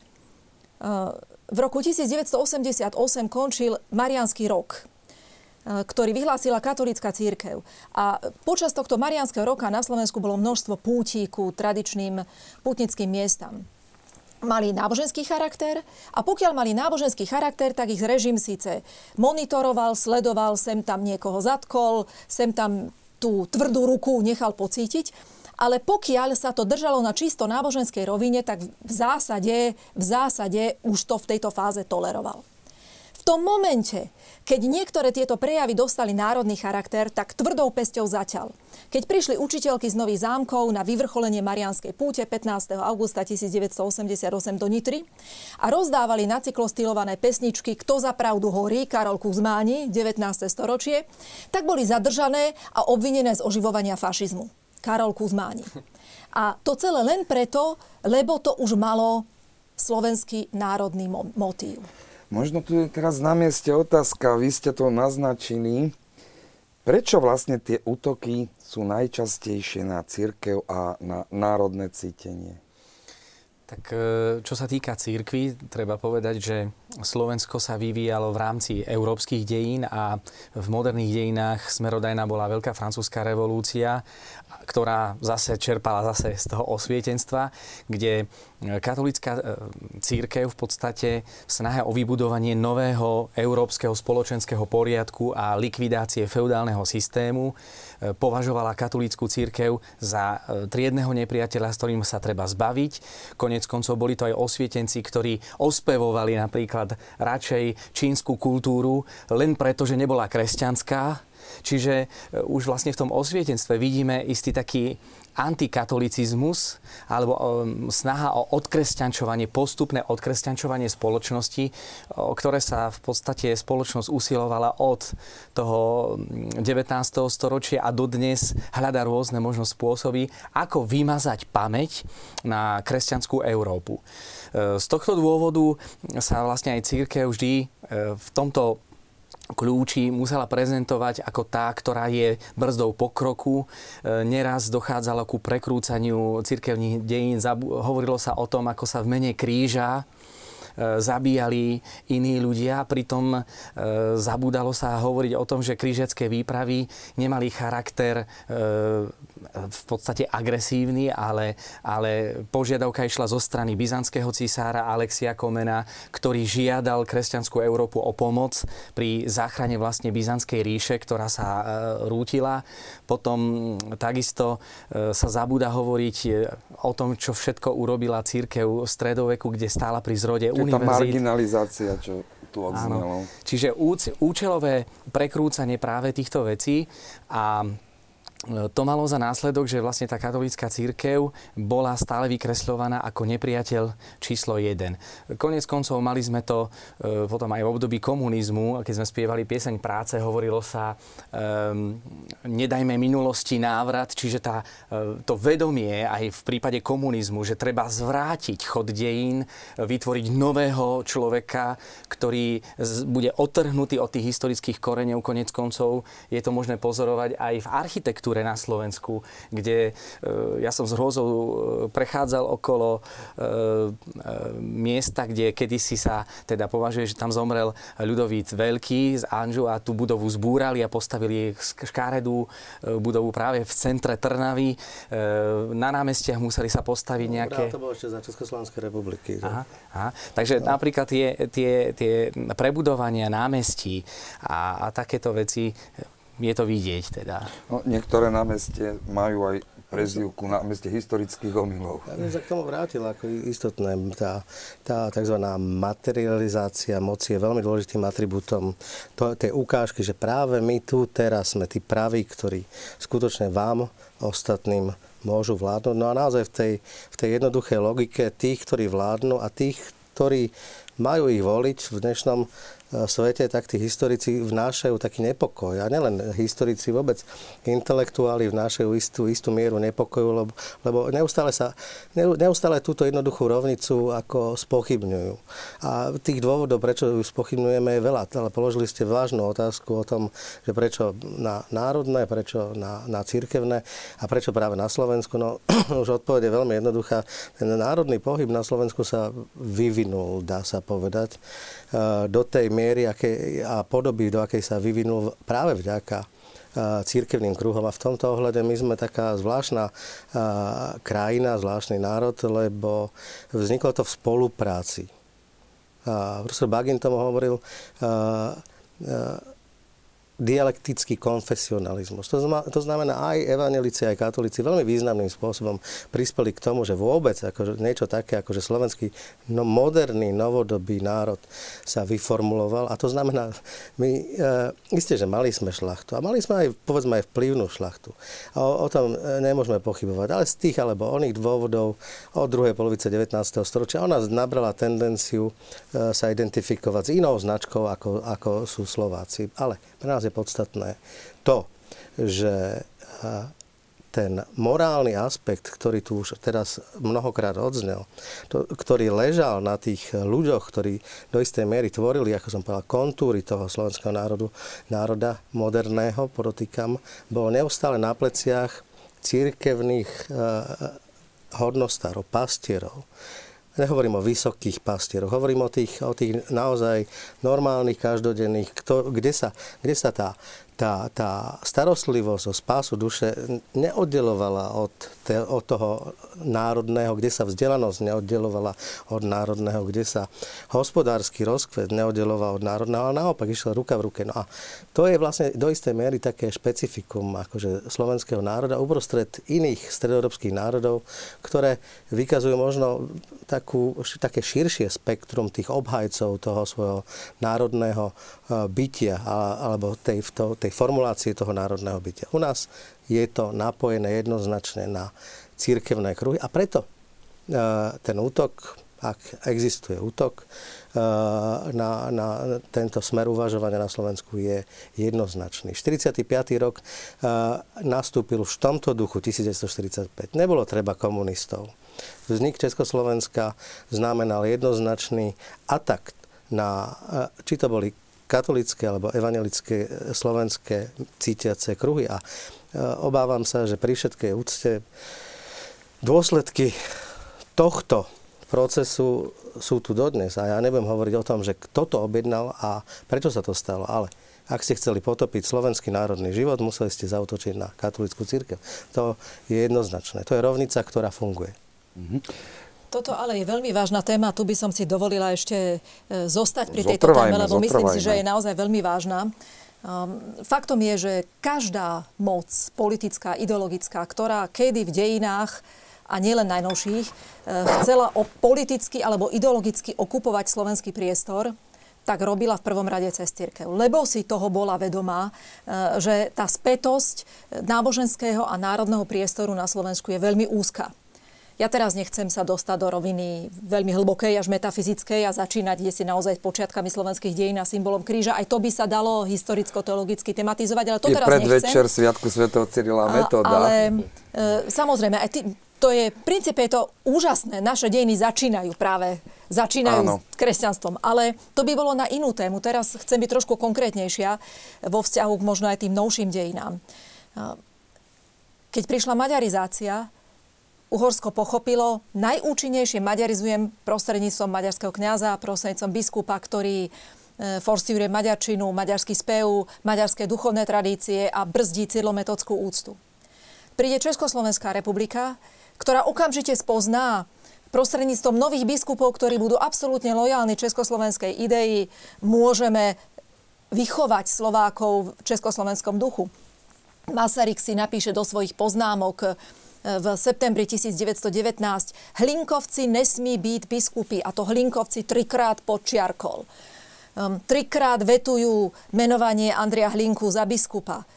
V roku 1988 končil Mariánsky rok, ktorý vyhlásila katolícka cirkev. A počas tohto Mariánskeho roka na Slovensku bolo množstvo pútí ku tradičným pútnickým miestam. Mali náboženský charakter a pokiaľ mali náboženský charakter, tak ich režim síce monitoroval, sledoval, sem tam niekoho zatkol, sem tam tú tvrdú ruku nechal pocítiť. Ale pokiaľ sa to držalo na čisto náboženskej rovine, tak v zásade už to v tejto fáze toleroval. V tom momente, keď niektoré tieto prejavy dostali národný charakter, tak tvrdou pesťou zaťal. Keď prišli učiteľky z Nových Zámkov na vyvrcholenie Mariánskej púte 15. augusta 1988 do Nitry a rozdávali na cyklostylované pesničky Kto za pravdu horí, Karol Kuzmáni, 19. storočie, tak boli zadržané a obvinené z oživovania fašizmu. Karol Kuzmáni. A to celé len preto, lebo to už malo slovenský národný motív. Možno tu je teraz na mieste otázka, vy ste to naznačili. Prečo vlastne tie útoky sú najčastejšie na cirkev a na národné cítenie? Tak čo sa týka cirkvi, treba povedať, že Slovensko sa vyvíjalo v rámci európskych dejín a v moderných dejinách smerodajná bola Veľká francúzska revolúcia, ktorá zase čerpala z toho osvietenstva, kde katolícka cirkev v podstate v snahe o vybudovanie nového európskeho spoločenského poriadku a likvidácie feudálneho systému považovala katolícku cirkev za triedneho nepriateľa, s ktorým sa treba zbaviť. Konec koncov boli to aj osvietenci, ktorí ospevovali napríklad radšej čínsku kultúru len preto, že nebola kresťanská. Čiže už vlastne v tom osvietenstve vidíme istý taký antikatolicizmus alebo snaha o odkresťančovanie, postupné odkresťančovanie spoločnosti, o ktoré sa v podstate spoločnosť usilovala od toho 19. storočia a dodnes hľada rôzne možno spôsoby, ako vymazať pamäť na kresťanskú Európu. Z tohto dôvodu sa vlastne aj cirkev vždy v tomto kľúči musela prezentovať ako tá, ktorá je brzdou pokroku. Neraz dochádzalo ku prekrúcaniu cirkevných dejín. Hovorilo sa o tom, ako sa v mene kríža zabíjali iní ľudia. Pritom zabúdalo sa hovoriť o tom, že krížecké výpravy nemali charakter v podstate agresívny, ale požiadavka išla zo strany byzantského cisára Alexia Komnena, ktorý žiadal kresťanskú Európu o pomoc pri záchrane vlastne Byzantskej ríše, ktorá sa rútila. Potom takisto sa zabúda hovoriť o tom, čo všetko urobila cirkev v stredoveku, kde stála pri zrode univerzít. Tá marginalizácia, čo tu odznelo. Čiže účelové prekrúcanie práve týchto vecí a to malo za následok, že vlastne tá katolícka cirkev bola stále vykresľovaná ako nepriateľ číslo 1. Koniec koncov mali sme to potom aj v období komunizmu, keď sme spievali pieseň Práce, hovorilo sa nedajme minulosti návrat, čiže to vedomie aj v prípade komunizmu, že treba zvrátiť chod dejín, vytvoriť nového človeka, ktorý bude odtrhnutý od tých historických koreňov. Koniec koncov je to možné pozorovať aj v architektúre na Slovensku, kde ja som s hrôzou prechádzal okolo miesta, kde kedysi sa teda považuje, že tam zomrel Ľudovít Veľký z Anžu a tú budovu zbúrali a postavili škáredú budovu práve v centre Trnavy. Na námestiach museli sa postaviť nejaké... To bolo ešte za Československej republiky. Aha. Takže napríklad tie prebudovania námestí a takéto veci, je to vidieť teda. No, niektoré námestie majú aj prezývku námestie historických omylov. Ja by sa k tomu vrátil ako istotné. Tá tzv. Materializácia moci je veľmi dôležitým atribútom tej ukážky, že práve my tu teraz sme tí praví, ktorí skutočne vám, ostatným, môžu vládnuť. No a naozaj v tej jednoduchej logike tých, ktorí vládnu a tých, ktorí majú ich voliť v dnešnom svete, tak tí historici vnášajú taký nepokoj. A nielen historici, vôbec intelektuáli vnášajú istú mieru nepokoju, lebo neustále túto jednoduchú rovnicu ako spochybňujú. A tých dôvodov, prečo ju spochybňujeme, je veľa. Ale položili ste vážnu otázku o tom, že prečo na národné, prečo na cirkevné a prečo práve na Slovensku. No už odpoveď je veľmi jednoduchá. Ten národný pohyb na Slovensku sa vyvinul, dá sa povedať, do tej miery a podoby, do akej sa vyvinul práve vďaka cirkevným kruhom. A v tomto ohľade my sme taká zvláštna krajina, zvláštny národ, lebo vzniklo to v spolupráci. Profesor Bagin tomu hovoril dialektický konfesionalizmus. To znamená, aj evanjelici, aj katolíci veľmi významným spôsobom prispeli k tomu, že vôbec akože niečo také, ako že slovenský moderný, novodobý národ sa vyformuloval. A to znamená, my isté, že mali sme šlachtu. A mali sme aj, povedzme, aj vplyvnú šlachtu. A o tom nemôžeme pochybovať. Ale z tých alebo oných dôvodov od druhej polovice 19. storočia ona nabrala tendenciu sa identifikovať s inou značkou, ako sú Slováci. Ale pre nás je podstatné to, že ten morálny aspekt, ktorý tu už teraz mnohokrát odznel, ktorý ležal na tých ľuďoch, ktorí do istej miery tvorili, ako som povedal, kontúry toho slovenského národa moderného, podotýkam, bol neustále na pleciach cirkevných hodnostárov, pastierov. Nehovorím o vysokých pastieroch, hovorím o tých naozaj normálnych, každodenných, kde sa tá starostlivosť o spásu duše neoddelovala od toho národného, kde sa vzdelanosť neoddelovala od národného, kde sa hospodársky rozkvet neoddeloval od národného, ale naopak išla ruka v ruke. No a to je vlastne do istej miery také špecifikum akože slovenského národa uprostred iných stredoeurópskych národov, ktoré vykazujú možno také širšie spektrum tých obhajcov toho svojho národného bytia alebo tej formulácie toho národného bytia. U nás je to napojené jednoznačne na cirkevné kruhy a preto ten útok, ak existuje útok na tento smer uvažovania na Slovensku, je jednoznačný. 45. rok nastúpil už v tomto duchu 1945. Nebolo treba komunistov. Vznik Československa znamenal jednoznačný atak na, či to boli katolické alebo evangelické slovenské cítiace kruhy. A obávam sa, že pri všetkej úcte dôsledky tohto procesu sú tu dodnes. A ja nebudem hovoriť o tom, že kto to objednal a prečo sa to stalo. Ale ak ste chceli potopiť slovenský národný život, museli ste zaútočiť na katolícku cirkev. To je jednoznačné. To je rovnica, ktorá funguje. Toto ale je veľmi vážna téma. Tu by som si dovolila ešte zostať pri tejto téme, lebo myslím si, že je naozaj veľmi vážna. Faktom je, že každá moc politická, ideologická, ktorá kedy v dejinách a nielen najnovších chcela politicky alebo ideologicky okupovať slovenský priestor, tak robila v prvom rade cez cirkev. Lebo si toho bola vedomá, že tá spätosť náboženského a národného priestoru na Slovensku je veľmi úzka. Ja teraz nechcem sa dostať do roviny veľmi hlbokej až metafyzickej a začínať kde si naozaj počiatkami slovenských dejín a symbolom kríža. Aj to by sa dalo historicko-teologicky tematizovať, ale to teraz nechcem. Je predvečer Sviatku svätého Cyrila Metoda. Ale samozrejme, aj to je, v princípe je to úžasné. Naše dejiny začínajú s kresťanstvom. Ale to by bolo na inú tému. Teraz chcem byť trošku konkrétnejšia vo vzťahu k možno aj tým novším dejinám. Keď prišla maďarizácia, Uhorsko pochopilo, najúčinnejšie maďarizujem prostredníctvom maďarského kňaza, prostredníctvom biskupa, ktorý forsíruje maďarčinu, maďarský spev, maďarské duchovné tradície a brzdí cyrilometodskú úctu. Príde Československá republika, ktorá okamžite spozná prostredníctvom nových biskupov, ktorí budú absolútne lojálni československej idei, môžeme vychovať Slovákov v československom duchu. Masaryk si napíše do svojich poznámok v septembri 1919: Hlinkovci nesmí byť biskupy, a to Hlinkovci 3-krát podčiarkol. 3-krát vetujú menovanie Andreja Hlinku za biskupa.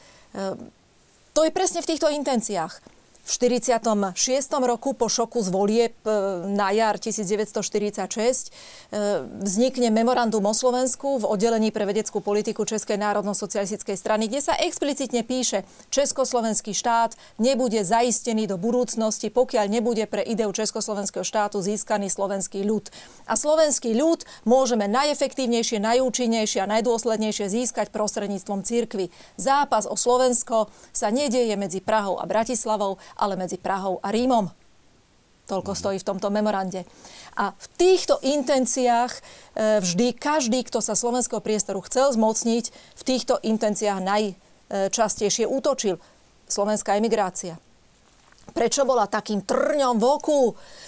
To je presne v týchto intenciách. V 46. roku po šoku z volieb na jar 1946 vznikne memorandum o Slovensku v oddelení pre vedeckú politiku Českej národno-socialistickej strany, kde sa explicitne píše: Československý štát nebude zaistený do budúcnosti, pokiaľ nebude pre ideu Československého štátu získaný slovenský ľud. A slovenský ľud môžeme najefektívnejšie, najúčinnejšie a najdôslednejšie získať prostredníctvom cirkvi. Zápas o Slovensko sa nedieje medzi Prahou a Bratislavou, ale medzi Prahou a Rímom. Toľko stojí v tomto memorande. A v týchto intenciách vždy každý, kto sa slovenského priestoru chcel zmocniť, v týchto intenciách najčastejšie útočil. Slovenská emigrácia. Prečo bola takým trňom v oku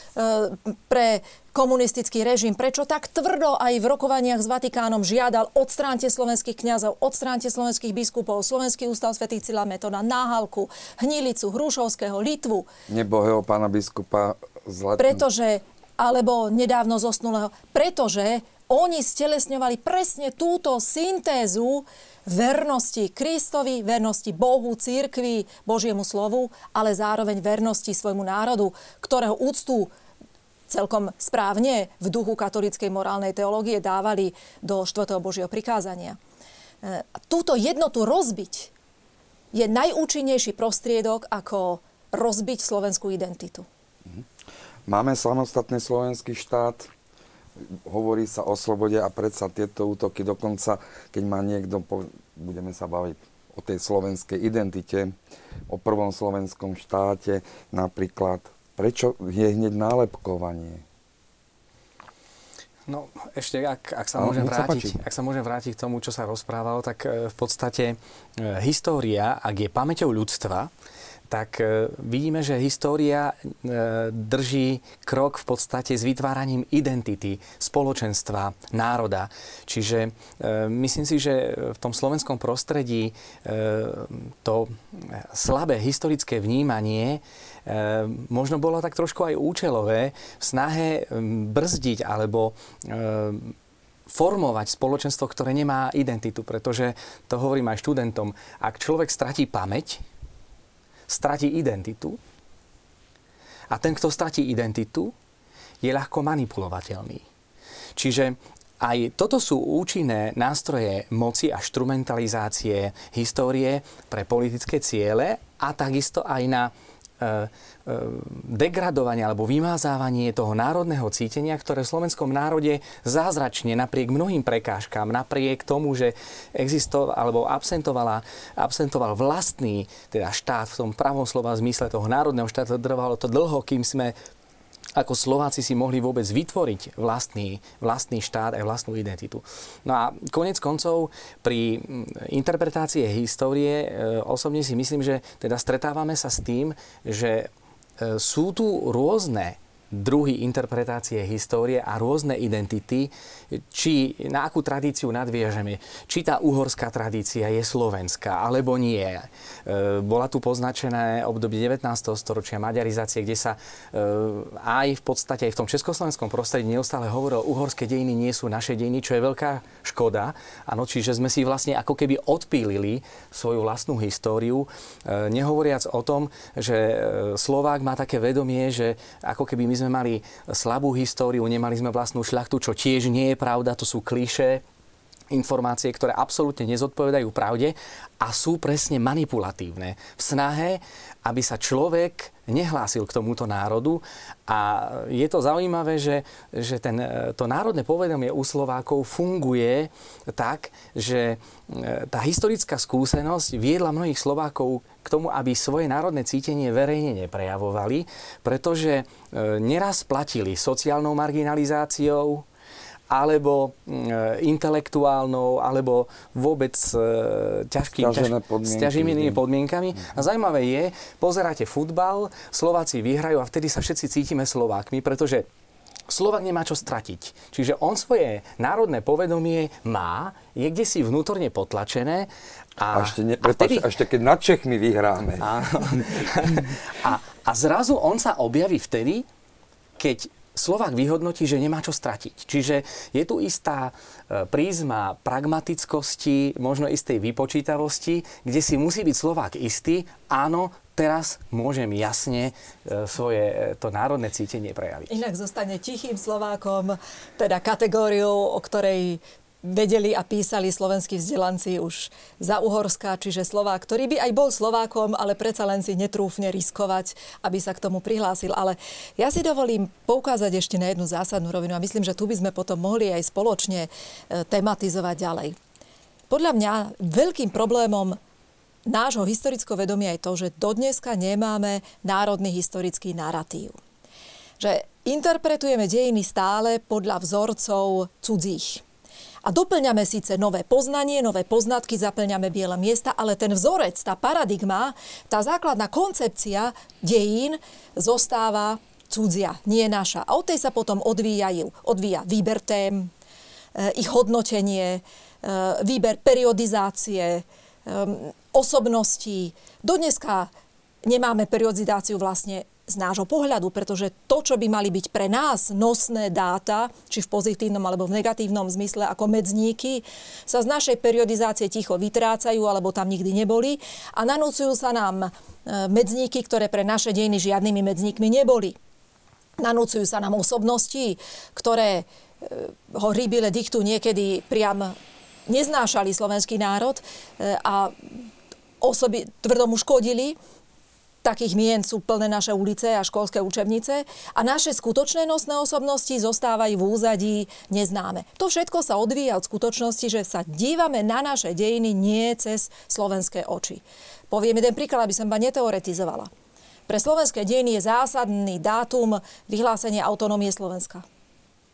pre komunistický režim? Prečo tak tvrdo aj v rokovaniach s Vatikánom žiadal: odstránte slovenských kňazov, odstránte slovenských biskupov, Slovenský ústav svätých Cyrila Metoda, Náhalku, Hnilicu, Hrušovského, Litvu. Nebohého pána biskupa Zlatý. Pretože, alebo nedávno zosnulého, pretože oni stelesňovali presne túto syntézu vernosti Kristovi, vernosti Bohu, cirkvi, Božiemu slovu, ale zároveň vernosti svojmu národu, ktorého úctu celkom správne v duchu katolíckej morálnej teológie dávali do 4. Božieho prikázania. Túto jednotu rozbiť je najúčinnejší prostriedok, ako rozbiť slovenskú identitu. Máme samostatný slovenský štát, hovorí sa o slobode a predsa tieto útoky, dokonca keď má niekto, budeme sa baviť o tej slovenskej identite, o prvom slovenskom štáte napríklad. Prečo je hneď nálepkovanie? No, ešte, ak sa môžem vrátiť k tomu, čo sa rozprávalo, tak v podstate história, ak je pamäťou ľudstva, tak vidíme, že história drží krok v podstate s vytváraním identity, spoločenstva, národa. Čiže myslím si, že v tom slovenskom prostredí to slabé historické vnímanie možno bolo tak trošku aj účelové v snahe brzdiť alebo formovať spoločenstvo, ktoré nemá identitu. Pretože, to hovorím aj študentom, ak človek stratí pamäť, stratí identitu a ten, kto stratí identitu, je ľahko manipulovateľný. Čiže aj toto sú účinné nástroje moci a inštrumentalizácie histórie pre politické ciele a takisto aj na degradovanie alebo vymazávanie toho národného cítenia, ktoré v slovenskom národe zázračne napriek mnohým prekážkam, napriek tomu, že existoval alebo absentoval vlastný teda štát v tom pravom slova zmysle toho národného štátu, trvalo to dlho, kým sme ako Slováci si mohli vôbec vytvoriť vlastný štát a vlastnú identitu. No a koniec koncov pri interpretácii histórie osobne si myslím, že teda stretávame sa s tým, že sú tu rôzne druhy interpretácie histórie a rôzne identity, či na akú tradíciu nadviažeme. Či tá uhorská tradícia je slovenská, alebo nie. Bola tu poznačené obdobie 19. storočia maďarizácie, kde sa aj v podstate aj v tom československom prostredí neustále hovorilo, uhorské dejiny nie sú naše dejiny, čo je veľká škoda. Áno, čiže sme si vlastne ako keby odpílili svoju vlastnú históriu, nehovoriac o tom, že Slovák má také vedomie, že ako keby my sme mali slabú históriu, nemali sme vlastnú šľachtu, čo tiež nie je pravda, to sú klišé, informácie, ktoré absolútne nezodpovedajú pravde a sú presne manipulatívne v snahe, aby sa človek nehlásil k tomuto národu. A je to zaujímavé, že to národné povedomie u Slovákov funguje tak, že tá historická skúsenosť viedla mnohých Slovákov k tomu, aby svoje národné cítenie verejne neprejavovali, pretože neraz platili sociálnou marginalizáciou, alebo intelektuálnou, alebo vôbec ťažkými podmienkami. A zaujímavé je, pozeráte futbal, Slováci vyhrajú a vtedy sa všetci cítime Slovákmi, pretože Slovák nemá čo stratiť. Čiže on svoje národné povedomie má, je kdesi vnútorne potlačené. Ešte keď nad Čechmi vyhráme. A zrazu on sa objaví vtedy, keď Slovák vyhodnotí, že nemá čo stratiť. Čiže je tu istá prízma pragmatickosti, možno istej vypočítavosti, kde si musí byť Slovák istý, áno, teraz môžem jasne svoje to národné cítenie prejaviť. Inak zostane tichým Slovákom, teda kategóriou, o ktorej vedeli a písali slovenskí vzdelanci už za Uhorska, čiže Slovák, ktorý by aj bol Slovákom, ale predsa len si netrúfne riskovať, aby sa k tomu prihlásil. Ale ja si dovolím poukázať ešte na jednu zásadnú rovinu a myslím, že tu by sme potom mohli aj spoločne tematizovať ďalej. Podľa mňa veľkým problémom nášho historického vedomia je to, že dodneska nemáme národný historický naratív. Že interpretujeme dejiny stále podľa vzorcov cudzích. A doplňame síce nové poznanie, nové poznatky, zaplňame biele miesta, ale ten vzorec, tá paradigma, tá základná koncepcia dejín zostáva cudzia, nie naša. A od tej sa potom odvíja výber tém, ich hodnotenie, výber periodizácie, osobností. Dodneska nemáme periodizáciu vlastne z nášho pohľadu, pretože to, čo by mali byť pre nás nosné dáta, či v pozitívnom alebo v negatívnom zmysle ako medzníky, sa z našej periodizácie ticho vytrácajú alebo tam nikdy neboli a nanúcujú sa nám medzníky, ktoré pre naše dejiny žiadnymi medzníkmi neboli. Nanúcujú sa nám osobnosti, ktoré ho rýbile diktu niekedy priam neznášali slovenský národ a osoby tvrdo mu škodili. Takých mien sú plné naše ulice a školské učebnice a naše skutočné nosné osobnosti zostávajú v úzadí neznáme. To všetko sa odvíja od skutočnosti, že sa dívame na naše dejiny nie cez slovenské oči. Poviem jeden príklad, aby som ma neteoretizovala. Pre slovenské dejiny je zásadný dátum vyhlásenia autonómie Slovenska.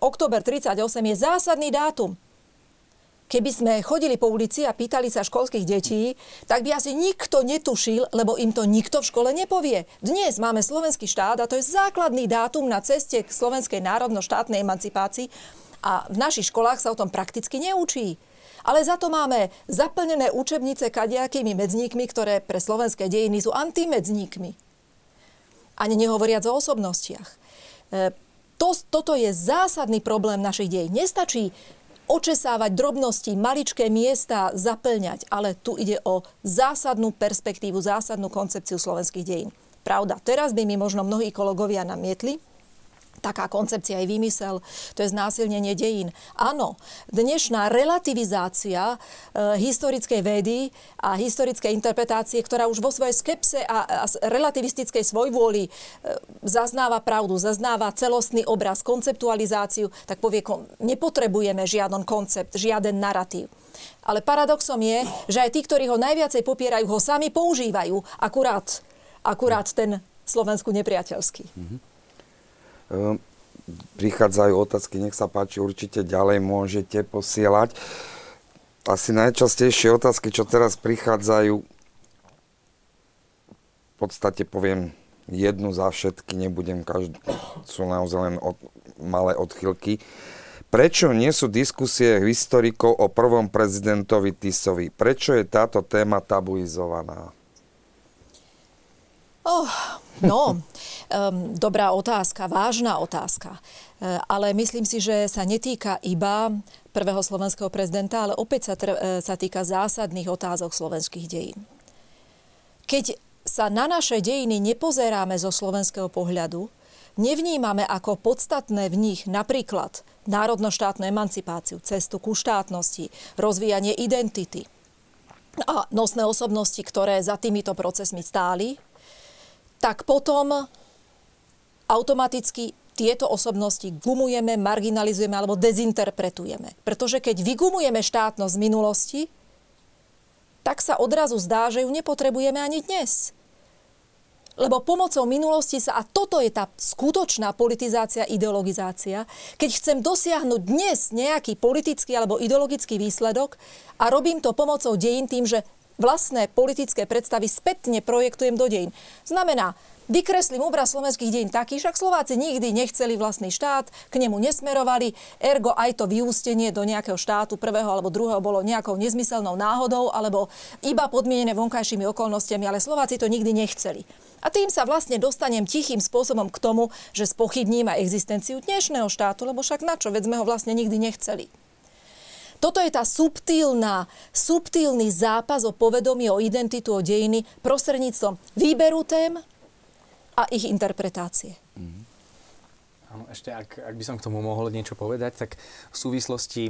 október 38 je zásadný dátum. Keby sme chodili po ulici a pýtali sa školských detí, tak by asi nikto netušil, lebo im to nikto v škole nepovie. Dnes máme slovenský štát a to je základný dátum na ceste k slovenskej národno-štátnej emancipácii a v našich školách sa o tom prakticky neučí. Ale za to máme zaplnené učebnice kadejakými medzníkmi, ktoré pre slovenské dejiny sú antimedzníkmi. Ani nehovoriac o osobnostiach. Toto je zásadný problém našich dejín. Nestačí očesávať drobnosti, maličké miesta zaplňať, ale tu ide o zásadnú perspektívu, zásadnú koncepciu slovenských dejín. Pravda, teraz by mi možno mnohí kolegovia namietli, taká koncepcia je výmysel, to je znásilnenie dejín. Áno, dnešná relativizácia historickej vedy a historickej interpretácie, ktorá už vo svojej skepse a relativistickej svojvôli zaznáva pravdu, zaznáva celostný obraz, konceptualizáciu, tak povie, nepotrebujeme žiaden koncept, žiaden narratív. Ale paradoxom je, že aj tí, ktorí ho najviacej popierajú, ho sami používajú, akurát ten Slovensku nepriateľský. Prichádzajú otázky, nech sa páči, určite ďalej môžete posielať. Asi najčastejšie otázky, čo teraz prichádzajú, v podstate poviem jednu za všetky, nebudem sú naozaj len malé odchylky. Prečo nie sú diskusie historikov o prvom prezidentovi Tisovi? Prečo je táto téma tabuizovaná? Dobrá otázka, vážna otázka. Ale myslím si, že sa netýka iba prvého slovenského prezidenta, ale opäť sa týka zásadných otázok slovenských dejín. Keď sa na naše dejiny nepozeráme zo slovenského pohľadu, nevnímame ako podstatné v nich napríklad národno-štátnu emancipáciu, cestu ku štátnosti, rozvíjanie identity a nosné osobnosti, ktoré za týmito procesmi stáli, tak potom automaticky tieto osobnosti gumujeme, marginalizujeme alebo dezinterpretujeme. Pretože keď vygumujeme štátnosť z minulosti, tak sa odrazu zdá, že ju nepotrebujeme ani dnes. Lebo pomocou minulosti a toto je tá skutočná politizácia, ideologizácia, keď chcem dosiahnuť dnes nejaký politický alebo ideologický výsledok a robím to pomocou dejín tým, že vlastné politické predstavy spätne projektujem do dejín. Znamená, vykreslím obraz slovenských dejín taký, však Slováci nikdy nechceli vlastný štát, k nemu nesmerovali, ergo aj to vyústenie do nejakého štátu prvého alebo druhého bolo nejakou nezmyselnou náhodou alebo iba podmienené vonkajšími okolnostiami, ale Slováci to nikdy nechceli. A tým sa vlastne dostanem tichým spôsobom k tomu, že spochybním aj existenciu dnešného štátu, lebo však na čo, veď sme ho vlastne nikdy nechceli. Toto je tá subtilný zápas o povedomie, o identitu, o dejiny prostredníctvom výberu tém a ich interpretácie. Áno, ešte ak by som k tomu mohol niečo povedať, tak v súvislosti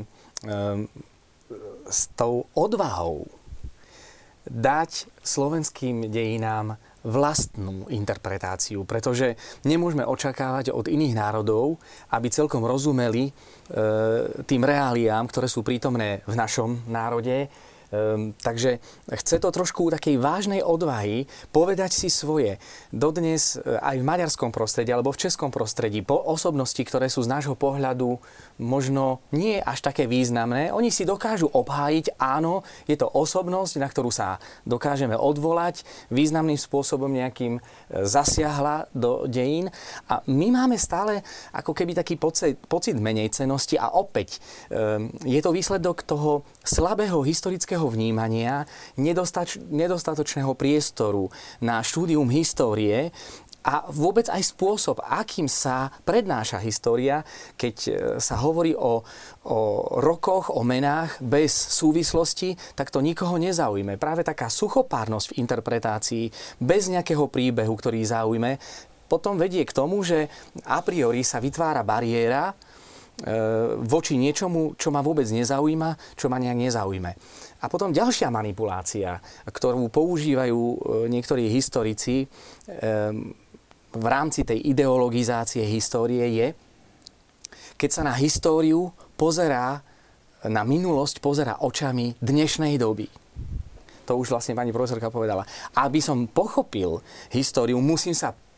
s tou odvahou dať slovenským dejinám vlastnú interpretáciu, pretože nemôžeme očakávať od iných národov, aby celkom rozumeli tým reáliám, ktoré sú prítomné v našom národe. Takže chce to trošku takej vážnej odvahy povedať si svoje. Dodnes aj v maďarskom prostredí alebo v českom prostredí po osobnosti, ktoré sú z nášho pohľadu možno nie až také významné, oni si dokážu obhájiť, áno, je to osobnosť, na ktorú sa dokážeme odvolať, významným spôsobom nejakým zasiahla do dejín. A my máme stále ako keby taký pocit menejcennosti a opäť je to výsledok toho slabého historického vnímania, nedostatočného priestoru na štúdium histórie a vôbec aj spôsob, akým sa prednáša história, keď sa hovorí o rokoch, o menách bez súvislosti, tak to nikoho nezaujme. Práve taká suchopárnosť v interpretácii, bez nejakého príbehu, ktorý zaujme, potom vedie k tomu, že a priori sa vytvára bariéra voči niečomu, čo ma vôbec nezaujíma, čo ma nejak nezaujme. A potom ďalšia manipulácia, ktorú používajú niektorí historici v rámci tej ideologizácie histórie je, keď sa na históriu pozerá, na minulosť pozerá očami dnešnej doby. To už vlastne pani profesorka povedala. Aby som pochopil históriu, musím sa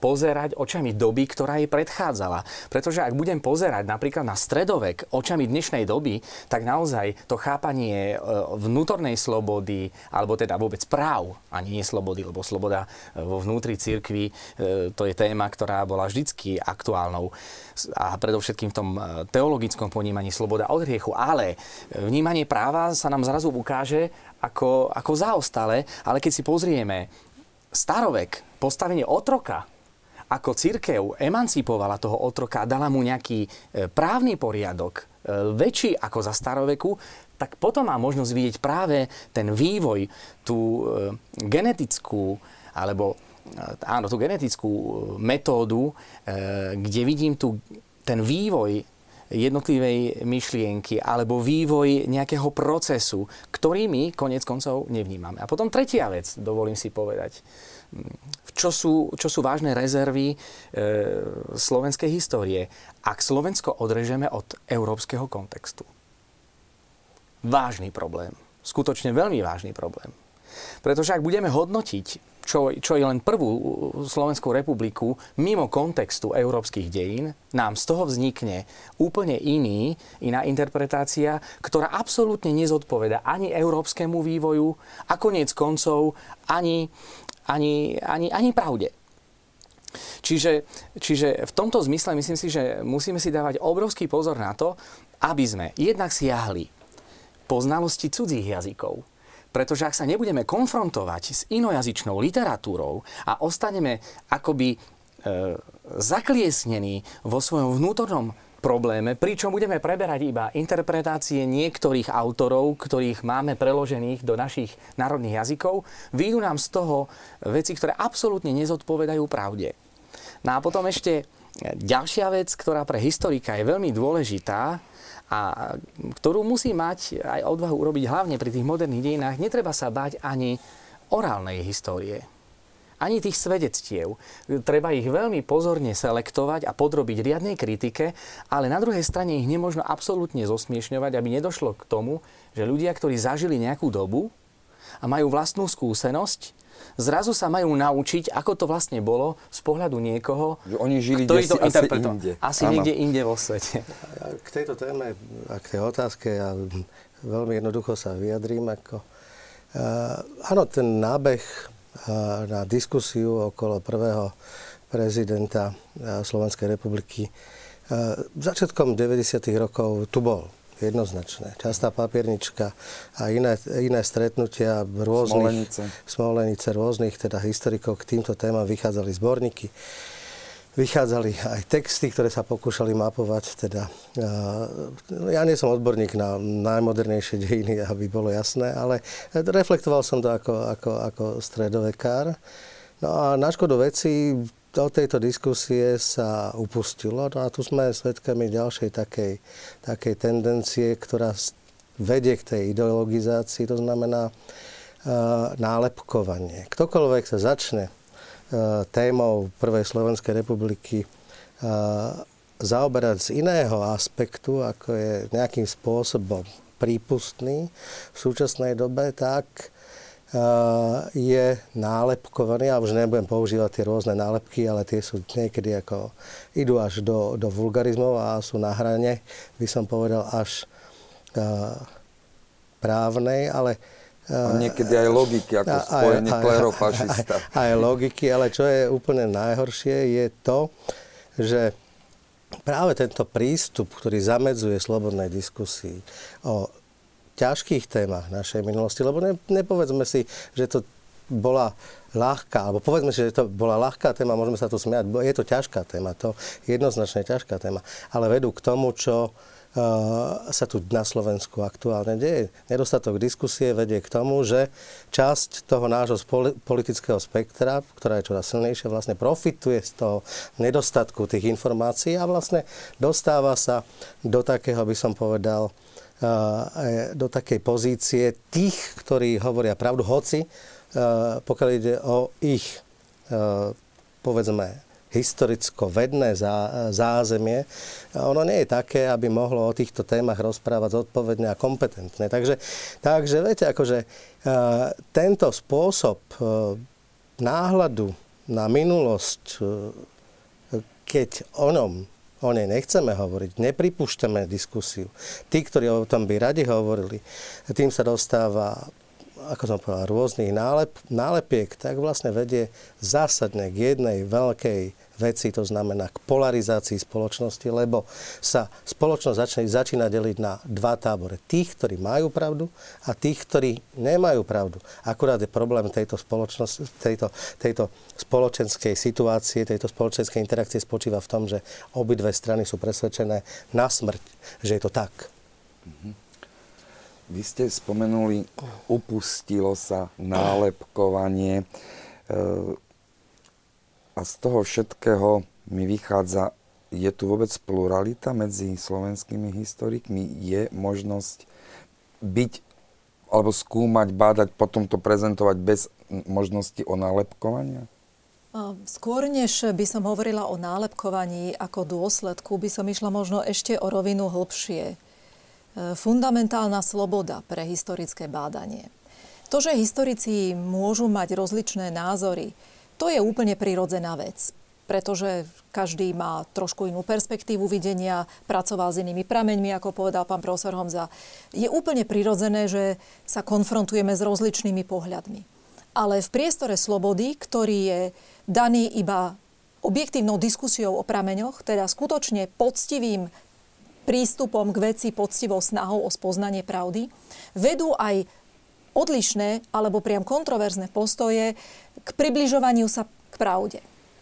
pozerať očami doby, ktorá jej predchádzala. Pretože ak budem pozerať napríklad na stredovek očami dnešnej doby, tak naozaj to chápanie vnútornej slobody, alebo teda vôbec práv, a nie slobody, lebo sloboda vo vnútri cirkvi, to je téma, ktorá bola vždycky aktuálnou a predovšetkým v tom teologickom ponímaní sloboda od hriechu. Ale vnímanie práva sa nám zrazu ukáže ako zaostalé, ale keď si pozrieme starovek, postavenie otroka, ako cirkev emancipovala toho otroka a dala mu nejaký právny poriadok, väčší ako za staroveku, tak potom má možnosť vidieť práve ten vývoj, tú genetickú, alebo áno, tú genetickú metódu, kde vidím ten vývoj jednotlivej myšlienky alebo vývoj nejakého procesu, ktorý my konec koncov nevnímame. A potom tretia vec, dovolím si povedať, čo sú vážne rezervy slovenskej histórie, ak Slovensko odrežeme od európskeho kontextu. Vážny problém. Skutočne veľmi vážny problém. Pretože ak budeme hodnotiť, čo je len prvú Slovenskú republiku mimo kontextu európskych dejín, nám z toho vznikne úplne iná interpretácia, ktorá absolútne nezodpoveda ani európskemu vývoju a koniec koncov ani pravde. Čiže v tomto zmysle myslím si, že musíme si dávať obrovský pozor na to, aby sme jednak siahli po znalosti cudzích jazykov. Pretože ak sa nebudeme konfrontovať s inojazyčnou literatúrou a ostaneme akoby zakliesnení vo svojom vnútornom probléme, pričom budeme preberať iba interpretácie niektorých autorov, ktorých máme preložených do našich národných jazykov, vyjdú nám z toho veci, ktoré absolútne nezodpovedajú pravde. No a potom ešte ďalšia vec, ktorá pre historika je veľmi dôležitá, a ktorú musí mať aj odvahu urobiť hlavne pri tých moderných dejinách, netreba sa báť ani orálnej histórie, ani tých svedectiev. Treba ich veľmi pozorne selektovať a podrobiť riadnej kritike, ale na druhej strane ich nemožno absolútne zosmiešňovať, aby nedošlo k tomu, že ľudia, ktorí zažili nejakú dobu a majú vlastnú skúsenosť, zrazu sa majú naučiť, ako to vlastne bolo z pohľadu niekoho, oni žili ktorý to interpretoval. Asi niekde inde vo svete. K tejto téme a k tej otázke ja veľmi jednoducho sa vyjadrím. Áno, ten nábeh na diskusiu okolo prvého prezidenta Slovenskej republiky začiatkom 90. rokov tu bol. Jednoznačné. Častá papiernička a iné stretnutia rôznych Smolenice rôznych teda historikov k týmto témam vychádzali zborníky. Vychádzali aj texty, ktoré sa pokúšali mapovať. Teda, ja nie som odborník na najmodernejšie dejiny, aby bolo jasné, ale reflektoval som to ako stredovekár. No a na škodu veci do tejto diskusie sa upustilo. No a tu sme svedkami ďalšej takej tendencie, ktorá vedie k tej ideologizácii, to znamená nálepkovanie. Ktokoľvek sa začne témou Prvej Slovenskej republiky zaoberať z iného aspektu, ako je nejakým spôsobom prípustný v súčasnej dobe, tak je nálepkovaný, ja už nebudem používať tie rôzne nálepky, ale tie sú niekedy idú až do vulgarizmov a sú na hrane, by som povedal, až právnej, ale a niekedy aj logiky, ako spojenie klerofašista. Aj logiky, ale čo je úplne najhoršie, je to, že práve tento prístup, ktorý zamedzuje slobodnej diskusii o ťažkých témach našej minulosti, lebo nepovedzme si, že to bola ľahká, alebo povedzme si, že to bola ľahká téma, môžeme sa tu smiať, je to ťažká téma, to je jednoznačne ťažká téma, ale vedú k tomu, čo sa tu na Slovensku aktuálne deje. Nedostatok diskusie vedie k tomu, že časť toho nášho politického spektra, ktorá je čoraz silnejšia, vlastne profituje z toho nedostatku tých informácií a vlastne dostáva sa do takého, by som povedal, do takej pozície tých, ktorí hovoria pravdu, hoci pokiaľ ide o ich, povedzme, historicko-vedné zázemie, ono nie je také, aby mohlo o týchto témach rozprávať zodpovedne a kompetentne. Takže viete, tento spôsob náhľadu na minulosť, keď o nej nechceme hovoriť, nepripúšťame diskusiu. Tí, ktorí o tom by radi hovorili, tým sa dostáva, ako som povedal, rôznych nálepiek, tak vlastne vedie zásadne k jednej veľkej veci, to znamená k polarizácii spoločnosti, lebo sa spoločnosť začína deliť na dva tábory. Tých, ktorí majú pravdu a tých, ktorí nemajú pravdu. Akurát je problém tejto spoločnosti, tejto spoločenskej situácie, tejto spoločenskej interakcie spočíva v tom, že obidve strany sú presvedčené na smrť, že je to tak. Vy ste spomenuli, upustilo sa nálepkovanie a z toho všetkého mi vychádza, je tu vôbec pluralita medzi slovenskými historikmi? Je možnosť byť, alebo skúmať, bádať, potom to prezentovať bez možnosti onálepkovania? Skôr, než by som hovorila o nálepkovaní ako dôsledku, by som išla možno ešte o rovinu hlbšie. Fundamentálna sloboda pre historické bádanie. To, že historici môžu mať rozličné názory, to je úplne prirodzená vec, pretože každý má trošku inú perspektívu videnia, pracoval s inými prameňmi, ako povedal pán profesor Homza. Je úplne prirodzené, že sa konfrontujeme s rozličnými pohľadmi. Ale v priestore slobody, ktorý je daný iba objektívnou diskusiou o prameňoch, teda skutočne poctivým prístupom k veci, poctivou snahou o spoznanie pravdy, vedú aj odlišné alebo priam kontroverzné postoje k približovaniu sa k pravde.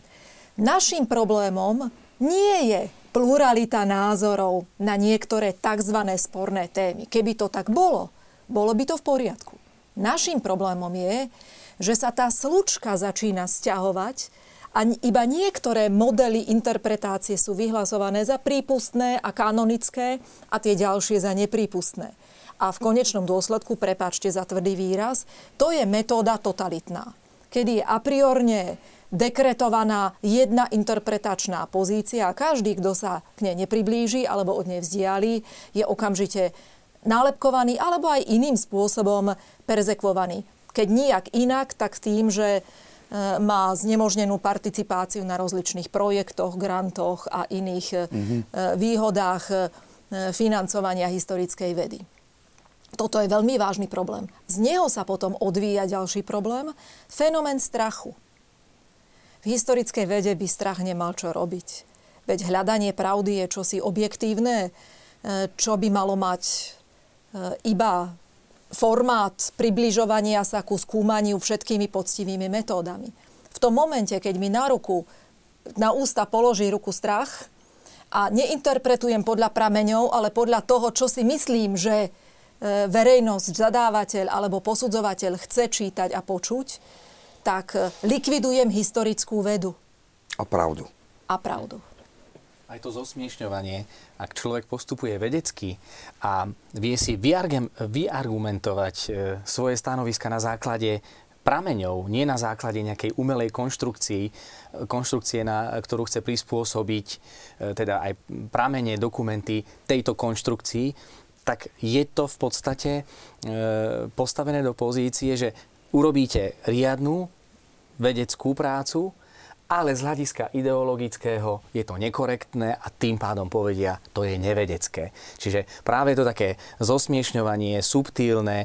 Naším problémom nie je pluralita názorov na niektoré tzv. Sporné témy. Keby to tak bolo, bolo by to v poriadku. Naším problémom je, že sa tá slučka začína sťahovať a iba niektoré modely interpretácie sú vyhlasované za prípustné a kanonické a tie ďalšie za neprípustné. A v konečnom dôsledku, prepáčte za tvrdý výraz, to je metóda totalitná, kedy je a priorne dekretovaná jedna interpretačná pozícia a každý, kto sa k nej nepriblíži alebo od nej vzdialí, je okamžite nálepkovaný alebo aj iným spôsobom perzekvovaný. Keď nijak inak, tak tým, že má znemožnenú participáciu na rozličných projektoch, grantoch a iných výhodách financovania historickej vedy. Toto je veľmi vážny problém. Z neho sa potom odvíja ďalší problém, fenomén strachu. V historickej vede by strach nemal čo robiť. Veď hľadanie pravdy je čosi objektívne, čo by malo mať iba formát približovania sa ku skúmaniu všetkými poctivými metódami. V tom momente, keď mi na ústa položí ruku strach a neinterpretujem podľa prameňov, ale podľa toho, čo si myslím, že verejnosť, zadávateľ alebo posudzovateľ chce čítať a počuť, tak likvidujem historickú vedu. A pravdu. A pravdu. Aj to zosmiešňovanie, ak človek postupuje vedecky a vie si vyargumentovať svoje stanoviska na základe prameňov, nie na základe nejakej umelej konštrukcie, na ktorú chce prispôsobiť teda aj pramene, dokumenty tejto konštrukcii, tak je to v podstate postavené do pozície, že urobíte riadnu vedeckú prácu, ale z hľadiska ideologického je to nekorektné a tým pádom povedia, to je nevedecké. Čiže práve to také zosmiešňovanie, subtilné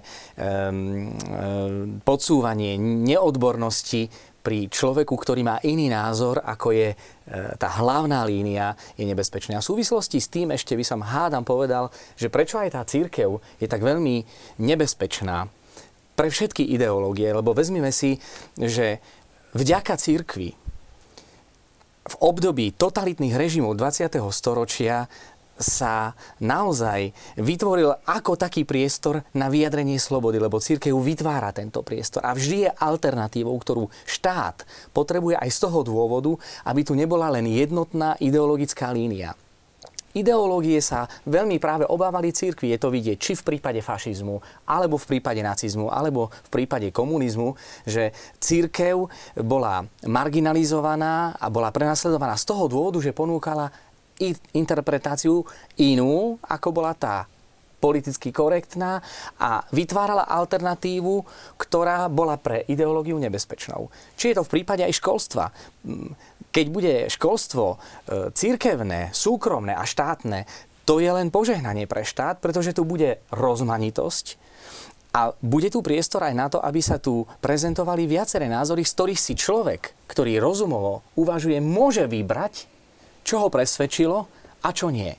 podsúvanie neodbornosti pri človeku, ktorý má iný názor, ako je tá hlavná línia, je nebezpečné. A v súvislosti s tým ešte by som povedal, že prečo aj tá cirkev je tak veľmi nebezpečná pre všetky ideológie, lebo vezmime si, že vďaka cirkvi v období totalitných režimov 20. storočia sa naozaj vytvoril ako taký priestor na vyjadrenie slobody, lebo cirkev vytvára tento priestor a vždy je alternatívou, ktorú štát potrebuje aj z toho dôvodu, aby tu nebola len jednotná ideologická línia. Ideológie sa veľmi práve obávali cirkvi. Je to vidieť či v prípade fašizmu, alebo v prípade nacizmu, alebo v prípade komunizmu, že cirkev bola marginalizovaná a bola prenasledovaná z toho dôvodu, že ponúkala interpretáciu inú, ako bola tá politicky korektná a vytvárala alternatívu, ktorá bola pre ideológiu nebezpečnou. Či je to v prípade aj školstva. Keď bude školstvo cirkevné, súkromné a štátne, to je len požehnanie pre štát, pretože tu bude rozmanitosť a bude tu priestor aj na to, aby sa tu prezentovali viaceré názory, z ktorých si človek, ktorý rozumovo uvažuje, môže vybrať, čo ho presvedčilo a čo nie.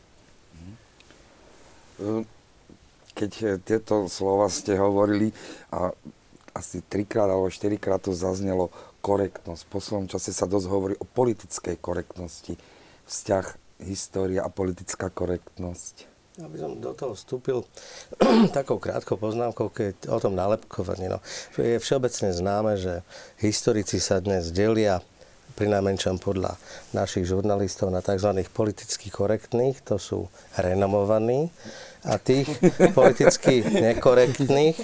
Keď tieto slova ste hovorili a asi 3-krát alebo 4-krát tu zaznelo korektnosť. V poslednom čase sa dosť hovorí o politickej korektnosti. Vzťah, história a politická korektnosť. Aby som do toho vstúpil takou krátkou poznámkou, keď o tom nálepkovaní. No, je všeobecne známe, že historici sa dnes delia pri najmenšom podľa našich žurnalistov na tzv. Politicky korektných, to sú renomovaní, a tých politicky nekorektných,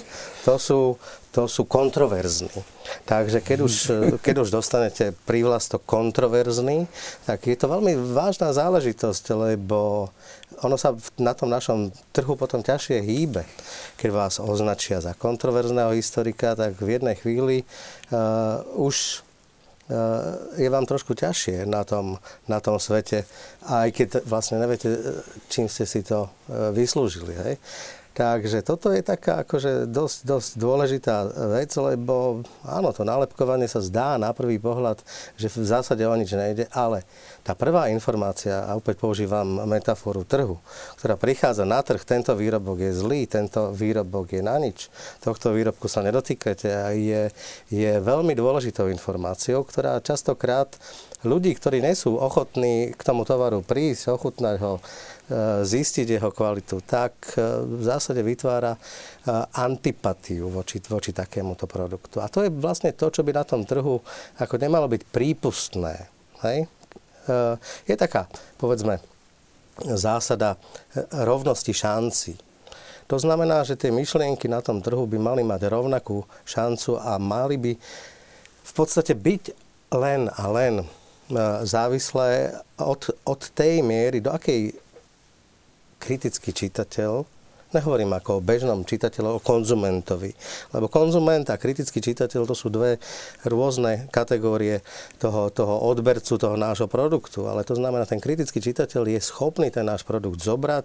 to sú kontroverzní. Takže keď už dostanete prívlastok kontroverzný, tak je to veľmi vážna záležitosť, lebo ono sa na tom našom trhu potom ťažšie hýbe. Keď vás označia za kontroverzného historika, tak v jednej chvíli už je vám trošku ťažšie na tom svete, aj keď vlastne neviete, čím ste si to vyslúžili. Hej? Takže toto je taká akože dosť dôležitá vec, lebo áno, to nálepkovanie sa zdá na prvý pohľad, že v zásade o nič nejde, ale tá prvá informácia, a opäť používam metaforu trhu, ktorá prichádza na trh, tento výrobok je zlý, tento výrobok je na nič, tohto výrobku sa nedotýkate a je veľmi dôležitou informáciou, ktorá častokrát ľudí, ktorí nie sú ochotní k tomu tovaru prísť, ochutnať ho, zistiť jeho kvalitu, tak v zásade vytvára antipatiu voči takémuto produktu. A to je vlastne to, čo by na tom trhu ako nemalo byť prípustné. Hej? Je taká, povedzme, zásada rovnosti šancí. To znamená, že tie myšlienky na tom trhu by mali mať rovnakú šancu a mali by v podstate byť len a len závislé od tej miery, do akej kritický čitateľ, nehovorím ako o bežnom čitateľu, o konzumentovi. Lebo konzument a kritický čitateľ to sú dve rôzne kategórie toho odbercu, toho nášho produktu. Ale to znamená, ten kritický čitateľ je schopný ten náš produkt zobrať,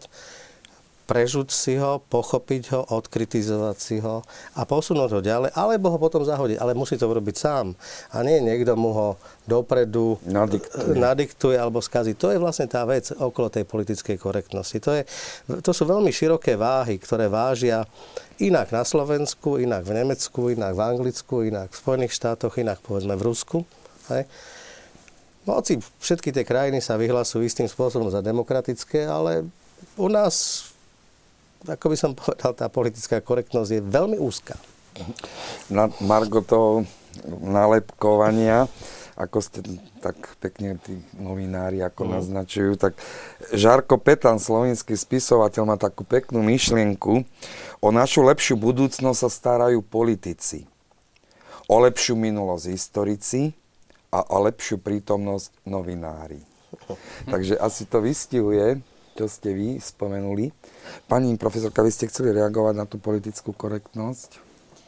prežuť si ho, pochopiť ho, odkritizovať si ho a posunúť ho ďalej, alebo ho potom zahodiť. Ale musí to urobiť sám. A nie niekto mu ho dopredu nadiktuje alebo skazí. To je vlastne tá vec okolo tej politickej korektnosti. To sú veľmi široké váhy, ktoré vážia inak na Slovensku, inak v Nemecku, inak v Anglicku, inak v Spojených štátoch, inak povedzme v Rusku. Hej. Hoci všetky tie krajiny sa vyhlasujú istým spôsobom za demokratické, ale u nás, ako by som povedal, tá politická korektnosť je veľmi úzka. Na margo toho nálepkovania, ako ste tak pekne tí novinári naznačujú, tak Žarko Petan, slovenský spisovateľ, má takú peknú myšlienku. O našu lepšiu budúcnosť sa starajú politici. O lepšiu minulosť historici a o lepšiu prítomnosť novinári. Takže asi to vystihuje, čo ste vy spomenuli. Pani profesorka, vy ste chceli reagovať na tú politickú korektnosť?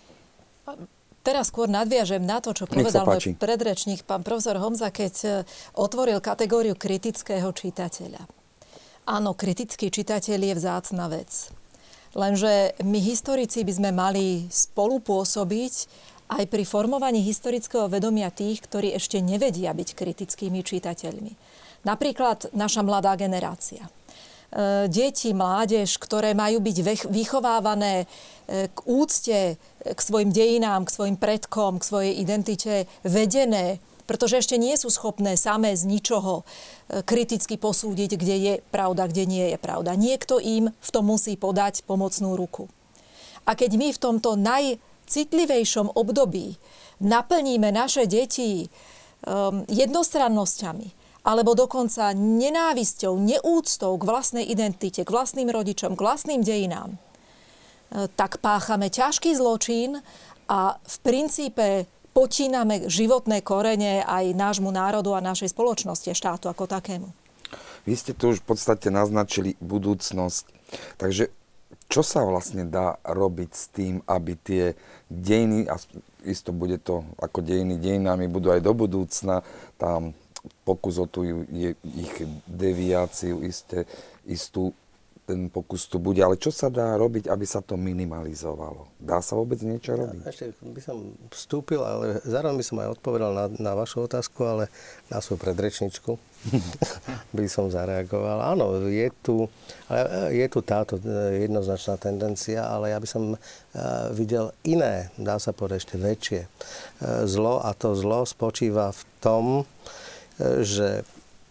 Teraz skôr nadviažem na to, čo povedal môj predrečník, pán profesor Homza, keď otvoril kategóriu kritického čitateľa. Áno, kritický čitateľ je vzácna vec. Lenže my historici by sme mali spolupôsobiť aj pri formovaní historického vedomia tých, ktorí ešte nevedia byť kritickými čitateľmi. Napríklad naša mladá generácia. Deti, mládež, ktoré majú byť vychovávané k úcte, k svojim dejinám, k svojim predkom, k svojej identite, vedené, pretože ešte nie sú schopné samé z ničoho kriticky posúdiť, kde je pravda, kde nie je pravda. Niekto im v tom musí podať pomocnú ruku. A keď my v tomto najcitlivejšom období naplníme naše deti jednostrannosťami, alebo dokonca nenávisťou, neúctou k vlastnej identite, k vlastným rodičom, k vlastným dejinám, tak páchame ťažký zločin a v princípe potíname životné korene aj nášmu národu a našej spoločnosti, štátu ako takému. Vy ste tu už v podstate naznačili budúcnosť. Takže čo sa vlastne dá robiť s tým, aby tie dejiny, a isto bude to ako dejinami budú aj do budúcna, tam pokus o tú ich deviáciu, istú ten pokus tu bude, ale čo sa dá robiť, aby sa to minimalizovalo? Dá sa vôbec niečo robiť? Ešte by som vstúpil, ale zároveň by som aj odpovedal na vašu otázku, ale na svoju predrečničku by som zareagoval. Áno, je tu táto jednoznačná tendencia, ale ja by som videl iné, dá sa povedať ešte väčšie zlo, a to zlo spočíva v tom, že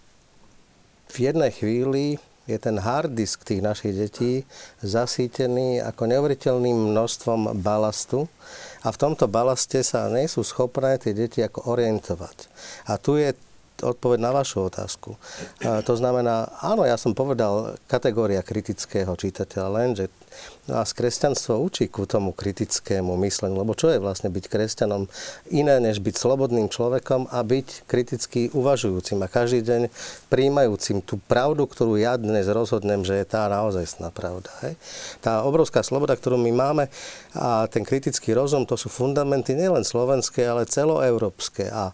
v jednej chvíli je ten hard disk tých našich detí zasýtený ako neuveriteľným množstvom balastu a v tomto balaste sa nie sú schopné tie deti ako orientovať. A tu je odpoveď na vašu otázku. To znamená, áno, ja som povedal kategória kritického čitateľa, lenže nás kresťanstvo učí ku tomu kritickému mysleniu, lebo čo je vlastne byť kresťanom iné, než byť slobodným človekom a byť kriticky uvažujúcim a každý deň prijímajúcim tú pravdu, ktorú ja dnes rozhodnem, že je tá naozajstná pravda. Hej? Tá obrovská sloboda, ktorú my máme a ten kritický rozum, to sú fundamenty nielen slovenské, ale celoeurópske a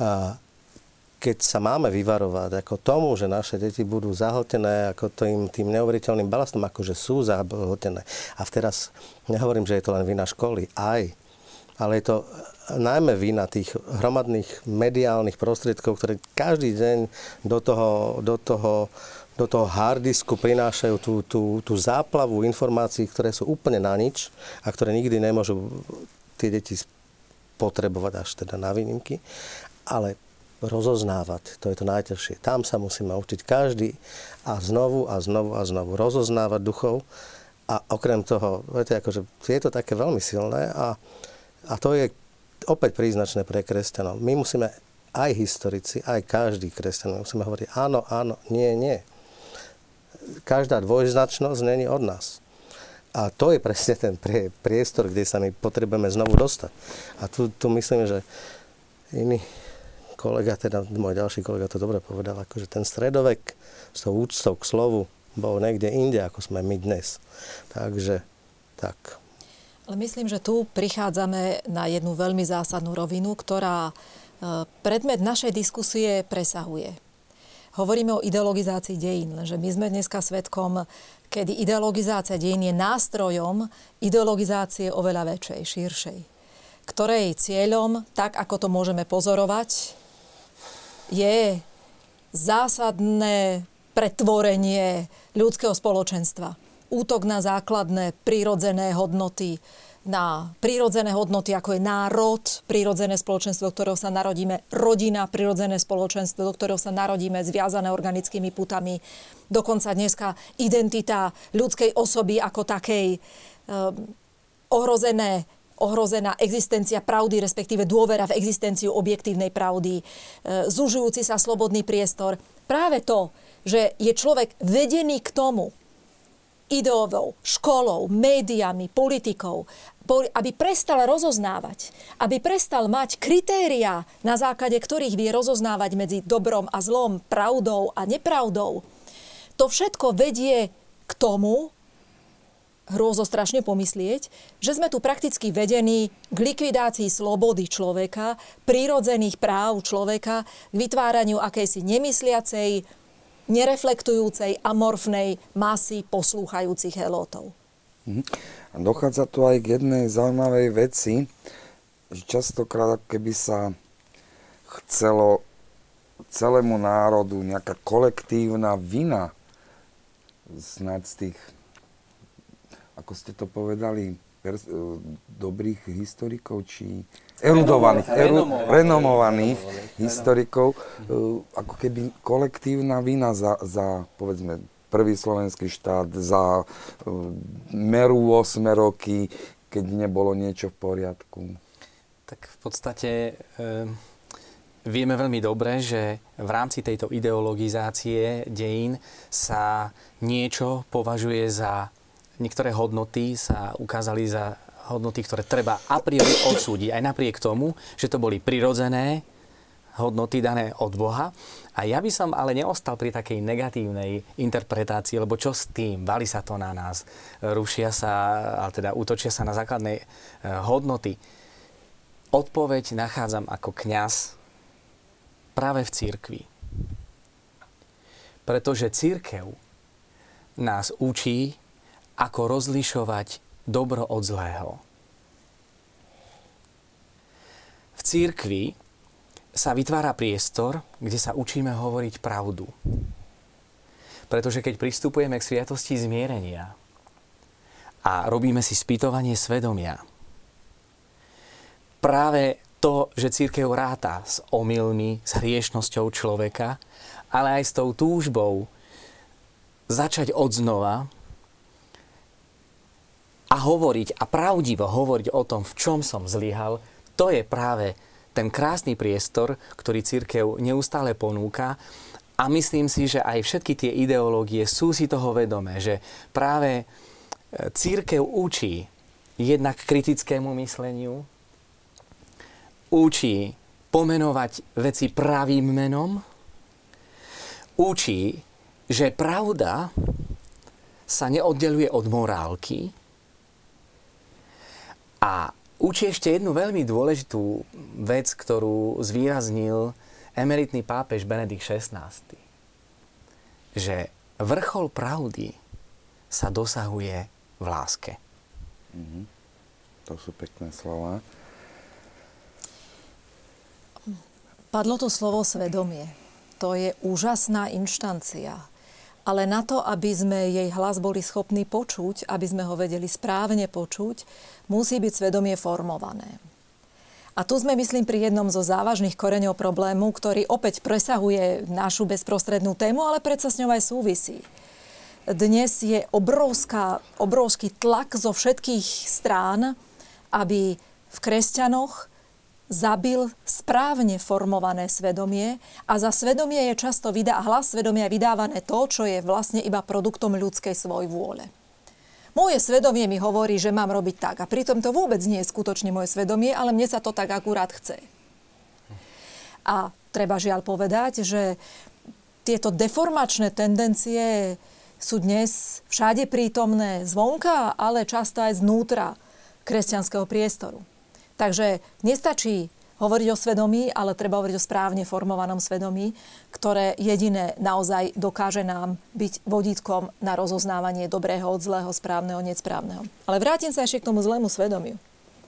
keď sa máme vyvarovať ako tomu, že naše deti budú zahltené ako tým neuveriteľným balastom, akože sú zahltené. A teraz nehovorím, že je to len vina školy, aj. Ale je to najmä vina tých hromadných mediálnych prostriedkov, ktoré každý deň do toho harddisku prinášajú tú záplavu informácií, ktoré sú úplne na nič a ktoré nikdy nemôžu tie deti potrebovať až teda na výnimky. Ale rozoznávať, to je to najťažšie. Tam sa musíme učiť každý a znovu rozoznávať duchov a okrem toho, viete, akože je to také veľmi silné a to je opäť príznačné pre kresťanov. My musíme aj historici, aj každý kresťan musíme hovoriť áno, nie. Každá dvojznačnosť není od nás. A to je presne ten priestor, kde sa my potrebujeme znovu dostať. A tu myslím, že iný kolega, teda môj ďalší kolega to dobre povedal, akože ten stredovek s tou úctou k slovu bol niekde inde, ako sme my dnes. Takže tak. Ale myslím, že tu prichádzame na jednu veľmi zásadnú rovinu, ktorá predmet našej diskusie presahuje. Hovoríme o ideologizácii dejín, lenže my sme dneska svedkom, kedy ideologizácia dejín je nástrojom ideologizácie oveľa väčšej, širšej, ktorej cieľom, tak ako to môžeme pozorovať, je zásadné pretvorenie ľudského spoločenstva. Útok na základné prírodzené hodnoty, ako je národ, prírodzené spoločenstvo, do ktorého sa narodíme, rodina, prírodzené spoločenstvo, do ktorého sa narodíme, zviazané organickými putami. Dokonca dneska identita ľudskej osoby ako takej ohrozená existencia pravdy, respektíve dôvera v existenciu objektívnej pravdy, zužujúci sa slobodný priestor. Práve to, že je človek vedený k tomu ideovou, školou, médiami, politikou, aby prestal rozoznávať, aby prestal mať kritériá, na základe ktorých vie rozoznávať medzi dobrom a zlom, pravdou a nepravdou. To všetko vedie k tomu, hrôzostrašne pomyslieť, že sme tu prakticky vedení k likvidácii slobody človeka, prírodzených práv človeka, k vytváraniu akejsi nemysliacej, nereflektujúcej, amorfnej masy poslúchajúcich helótov. A dochádza tu aj k jednej zaujímavej veci, že častokrát, keby sa chcelo celému národu nejaká kolektívna vina snáď z tých, ako ste to povedali, dobrých historikov, či renomovaných historikov, ako keby kolektívna vina za povedzme, prvý slovenský štát, za meru 8 roky, keď nebolo niečo v poriadku. Tak v podstate vieme veľmi dobre, že v rámci tejto ideologizácie dejín sa niečo považuje za niektoré hodnoty sa ukázali za hodnoty, ktoré treba a priori odsúdiť. Aj napriek tomu, že to boli prirodzené hodnoty dané od Boha. A ja by som ale neostal pri takej negatívnej interpretácii, lebo čo s tým? Valí sa to na nás, rušia sa, ale teda útočia sa na základné hodnoty. Odpoveď nachádzam ako kňaz práve v cirkvi. Pretože cirkev nás učí, ako rozlišovať dobro od zlého. V cirkvi sa vytvára priestor, kde sa učíme hovoriť pravdu. Pretože keď pristupujeme k sviatosti zmierenia a robíme si spýtovanie svedomia, práve to, že cirkev ráta s omylmi, s hriešnosťou človeka, ale aj s tou túžbou začať odznova a hovoriť a pravdivo hovoriť o tom, v čom som zlyhal, to je práve ten krásny priestor, ktorý cirkev neustále ponúka. A myslím si, že aj všetky tie ideológie sú si toho vedomé, že práve cirkev učí jednak kritickému mysleniu, učí pomenovať veci pravým menom, učí, že pravda sa neoddeluje od morálky a učí ešte jednu veľmi dôležitú vec, ktorú zvýraznil emeritný pápež Benedikt XVI. Že vrchol pravdy sa dosahuje v láske. To sú pekné slova. Padlo to slovo svedomie. To je úžasná inštancia. Ale na to, aby sme jej hlas boli schopní počuť, aby sme ho vedeli správne počuť, musí byť svedomie formované. A tu sme, myslím, pri jednom zo závažných koreňov problému, ktorý opäť presahuje našu bezprostrednú tému, ale predsa s ňou aj súvisí. Dnes je obrovský tlak zo všetkých strán, aby v kresťanoch zabil správne formované svedomie a za svedomie je často hlas svedomia vydávané to, čo je vlastne iba produktom ľudskej svojvôle. Moje svedomie mi hovorí, že mám robiť tak a pritom to vôbec nie je skutočne moje svedomie, ale mne sa to tak akurát chce. A treba žiaľ povedať, že tieto deformačné tendencie sú dnes všade prítomné zvonka, ale často aj znútra kresťanského priestoru. Takže nestačí hovoriť o svedomí, ale treba hovoriť o správne formovanom svedomí, ktoré jediné naozaj dokáže nám byť vodítkom na rozoznávanie dobrého od zlého, správneho od nesprávneho. Ale vrátim sa ešte k tomu zlému svedomiu.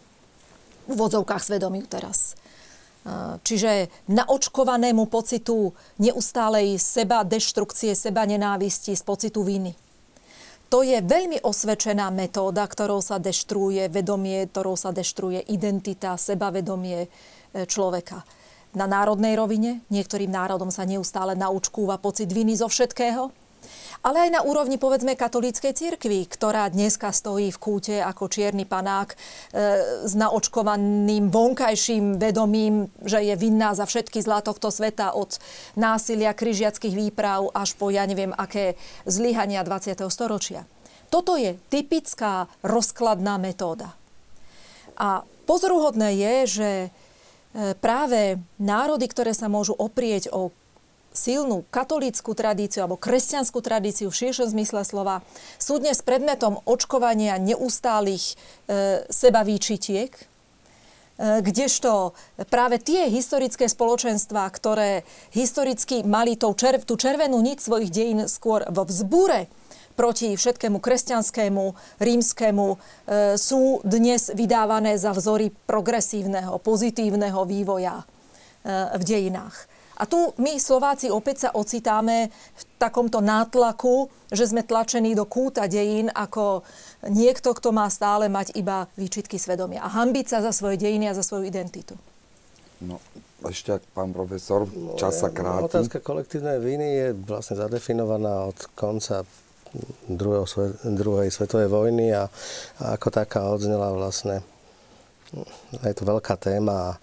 V úvodzovkách svedomiu teraz. Čiže naočkovanému pocitu neustálej seba deštrukcie, seba nenávisti z pocitu viny. To je veľmi osvedčená metóda, ktorou sa deštruuje vedomie, ktorou sa deštruuje identita, sebavedomie človeka. Na národnej rovine niektorým národom sa neustále naučkúva pocit viny zo všetkého, ale aj na úrovni, povedzme, katolíckej cirkvi, ktorá dneska stojí v kúte ako čierny panák s naočkovaným vonkajším vedomím, že je vinná za všetky zlá tohto sveta, od násilia, križiackych výprav až po ja neviem aké zlyhania 20. storočia. Toto je typická rozkladná metóda. A pozoruhodné je, že práve národy, ktoré sa môžu oprieť o silnú katolícku tradíciu alebo kresťanskú tradíciu v širšom zmysle slova, sú dnes predmetom očkovania neustálych sebavýčitiek, kdežto práve tie historické spoločenstvá, ktoré historicky mali tú červenú niť svojich dejín skôr vo vzbure proti všetkému kresťanskému, rímskému, sú dnes vydávané za vzory progresívneho, pozitívneho vývoja v dejinách. A tu my, Slováci, opäť sa ocitáme v takomto nátlaku, že sme tlačení do kúta dejín ako niekto, kto má stále mať iba výčitky svedomia a hanbiť sa za svoje dejiny a za svoju identitu. No, ešte ak pán profesor, čas sa kráti. Otázka kolektívnej viny je vlastne zadefinovaná od konca druhej svetovej vojny a ako taká odznela vlastne. Je to veľká téma.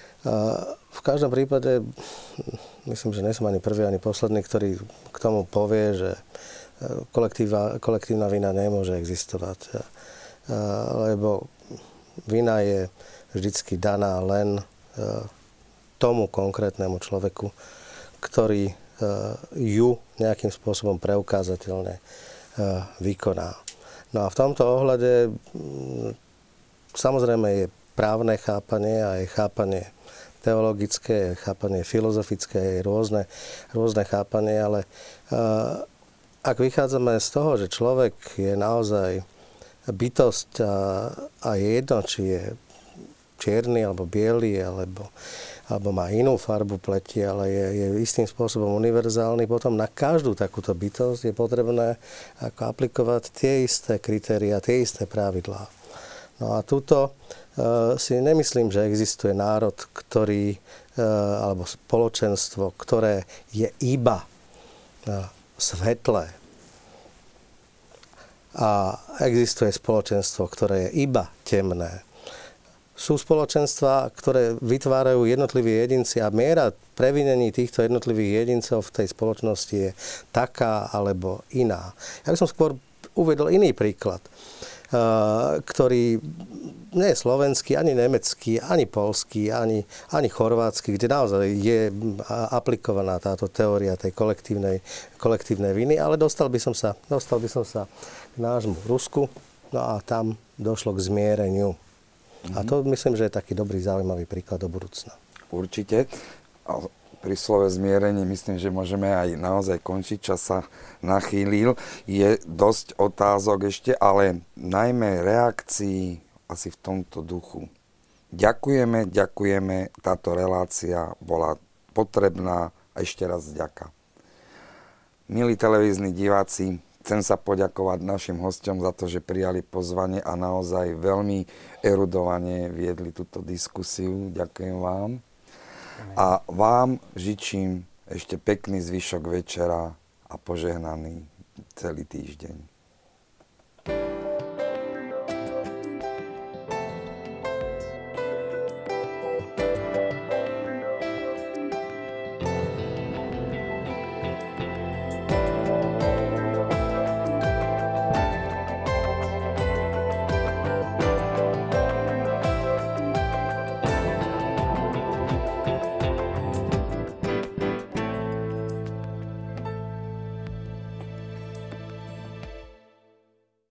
V každom prípade, myslím, že nie som ani prvý, ani posledný, ktorý k tomu povie, že kolektívna vina nemôže existovať. Lebo vina je vždycky daná len tomu konkrétnemu človeku, ktorý ju nejakým spôsobom preukázateľne vykoná. No a v tomto ohľade samozrejme je právne chápanie a je chápanie teologické, je chápanie filozofické, je rôzne chápanie, ale ak vychádzame z toho, že človek je naozaj bytosť a je jedno, či je čierny alebo biely, alebo má inú farbu pleti, ale je istým spôsobom univerzálny, potom na každú takúto bytosť je potrebné ako aplikovať tie isté kritériá, tie isté pravidlá. No a tuto si nemyslím, že existuje národ, ktorý, alebo spoločenstvo, ktoré je iba svetlé. A existuje spoločenstvo, ktoré je iba temné. Sú spoločenstvá, ktoré vytvárajú jednotliví jedinci a miera previnení týchto jednotlivých jedincov v tej spoločnosti je taká alebo iná. Ja by som skôr uvedol iný príklad, ktorý nie je slovenský, ani nemecký, ani poľský, ani chorvátsky, kde naozaj je aplikovaná táto teória tej kolektívnej viny, ale dostal by som sa k nášmu Rusku, no a tam došlo k zmiereniu. A to myslím, že je taký dobrý, zaujímavý príklad do budúcna. Určite. A pri slove zmierení myslím, že môžeme aj naozaj končiť. Čas sa nachýlil. Je dosť otázok ešte, ale najmä reakcií asi v tomto duchu. Ďakujeme. Táto relácia bola potrebná a ešte raz vďaka. Milí televízni diváci, chcem sa poďakovať našim hosťom za to, že prijali pozvanie a naozaj veľmi erudovane viedli túto diskusiu. Ďakujem vám. A vám žičím ešte pekný zvyšok večera a požehnaný celý týždeň.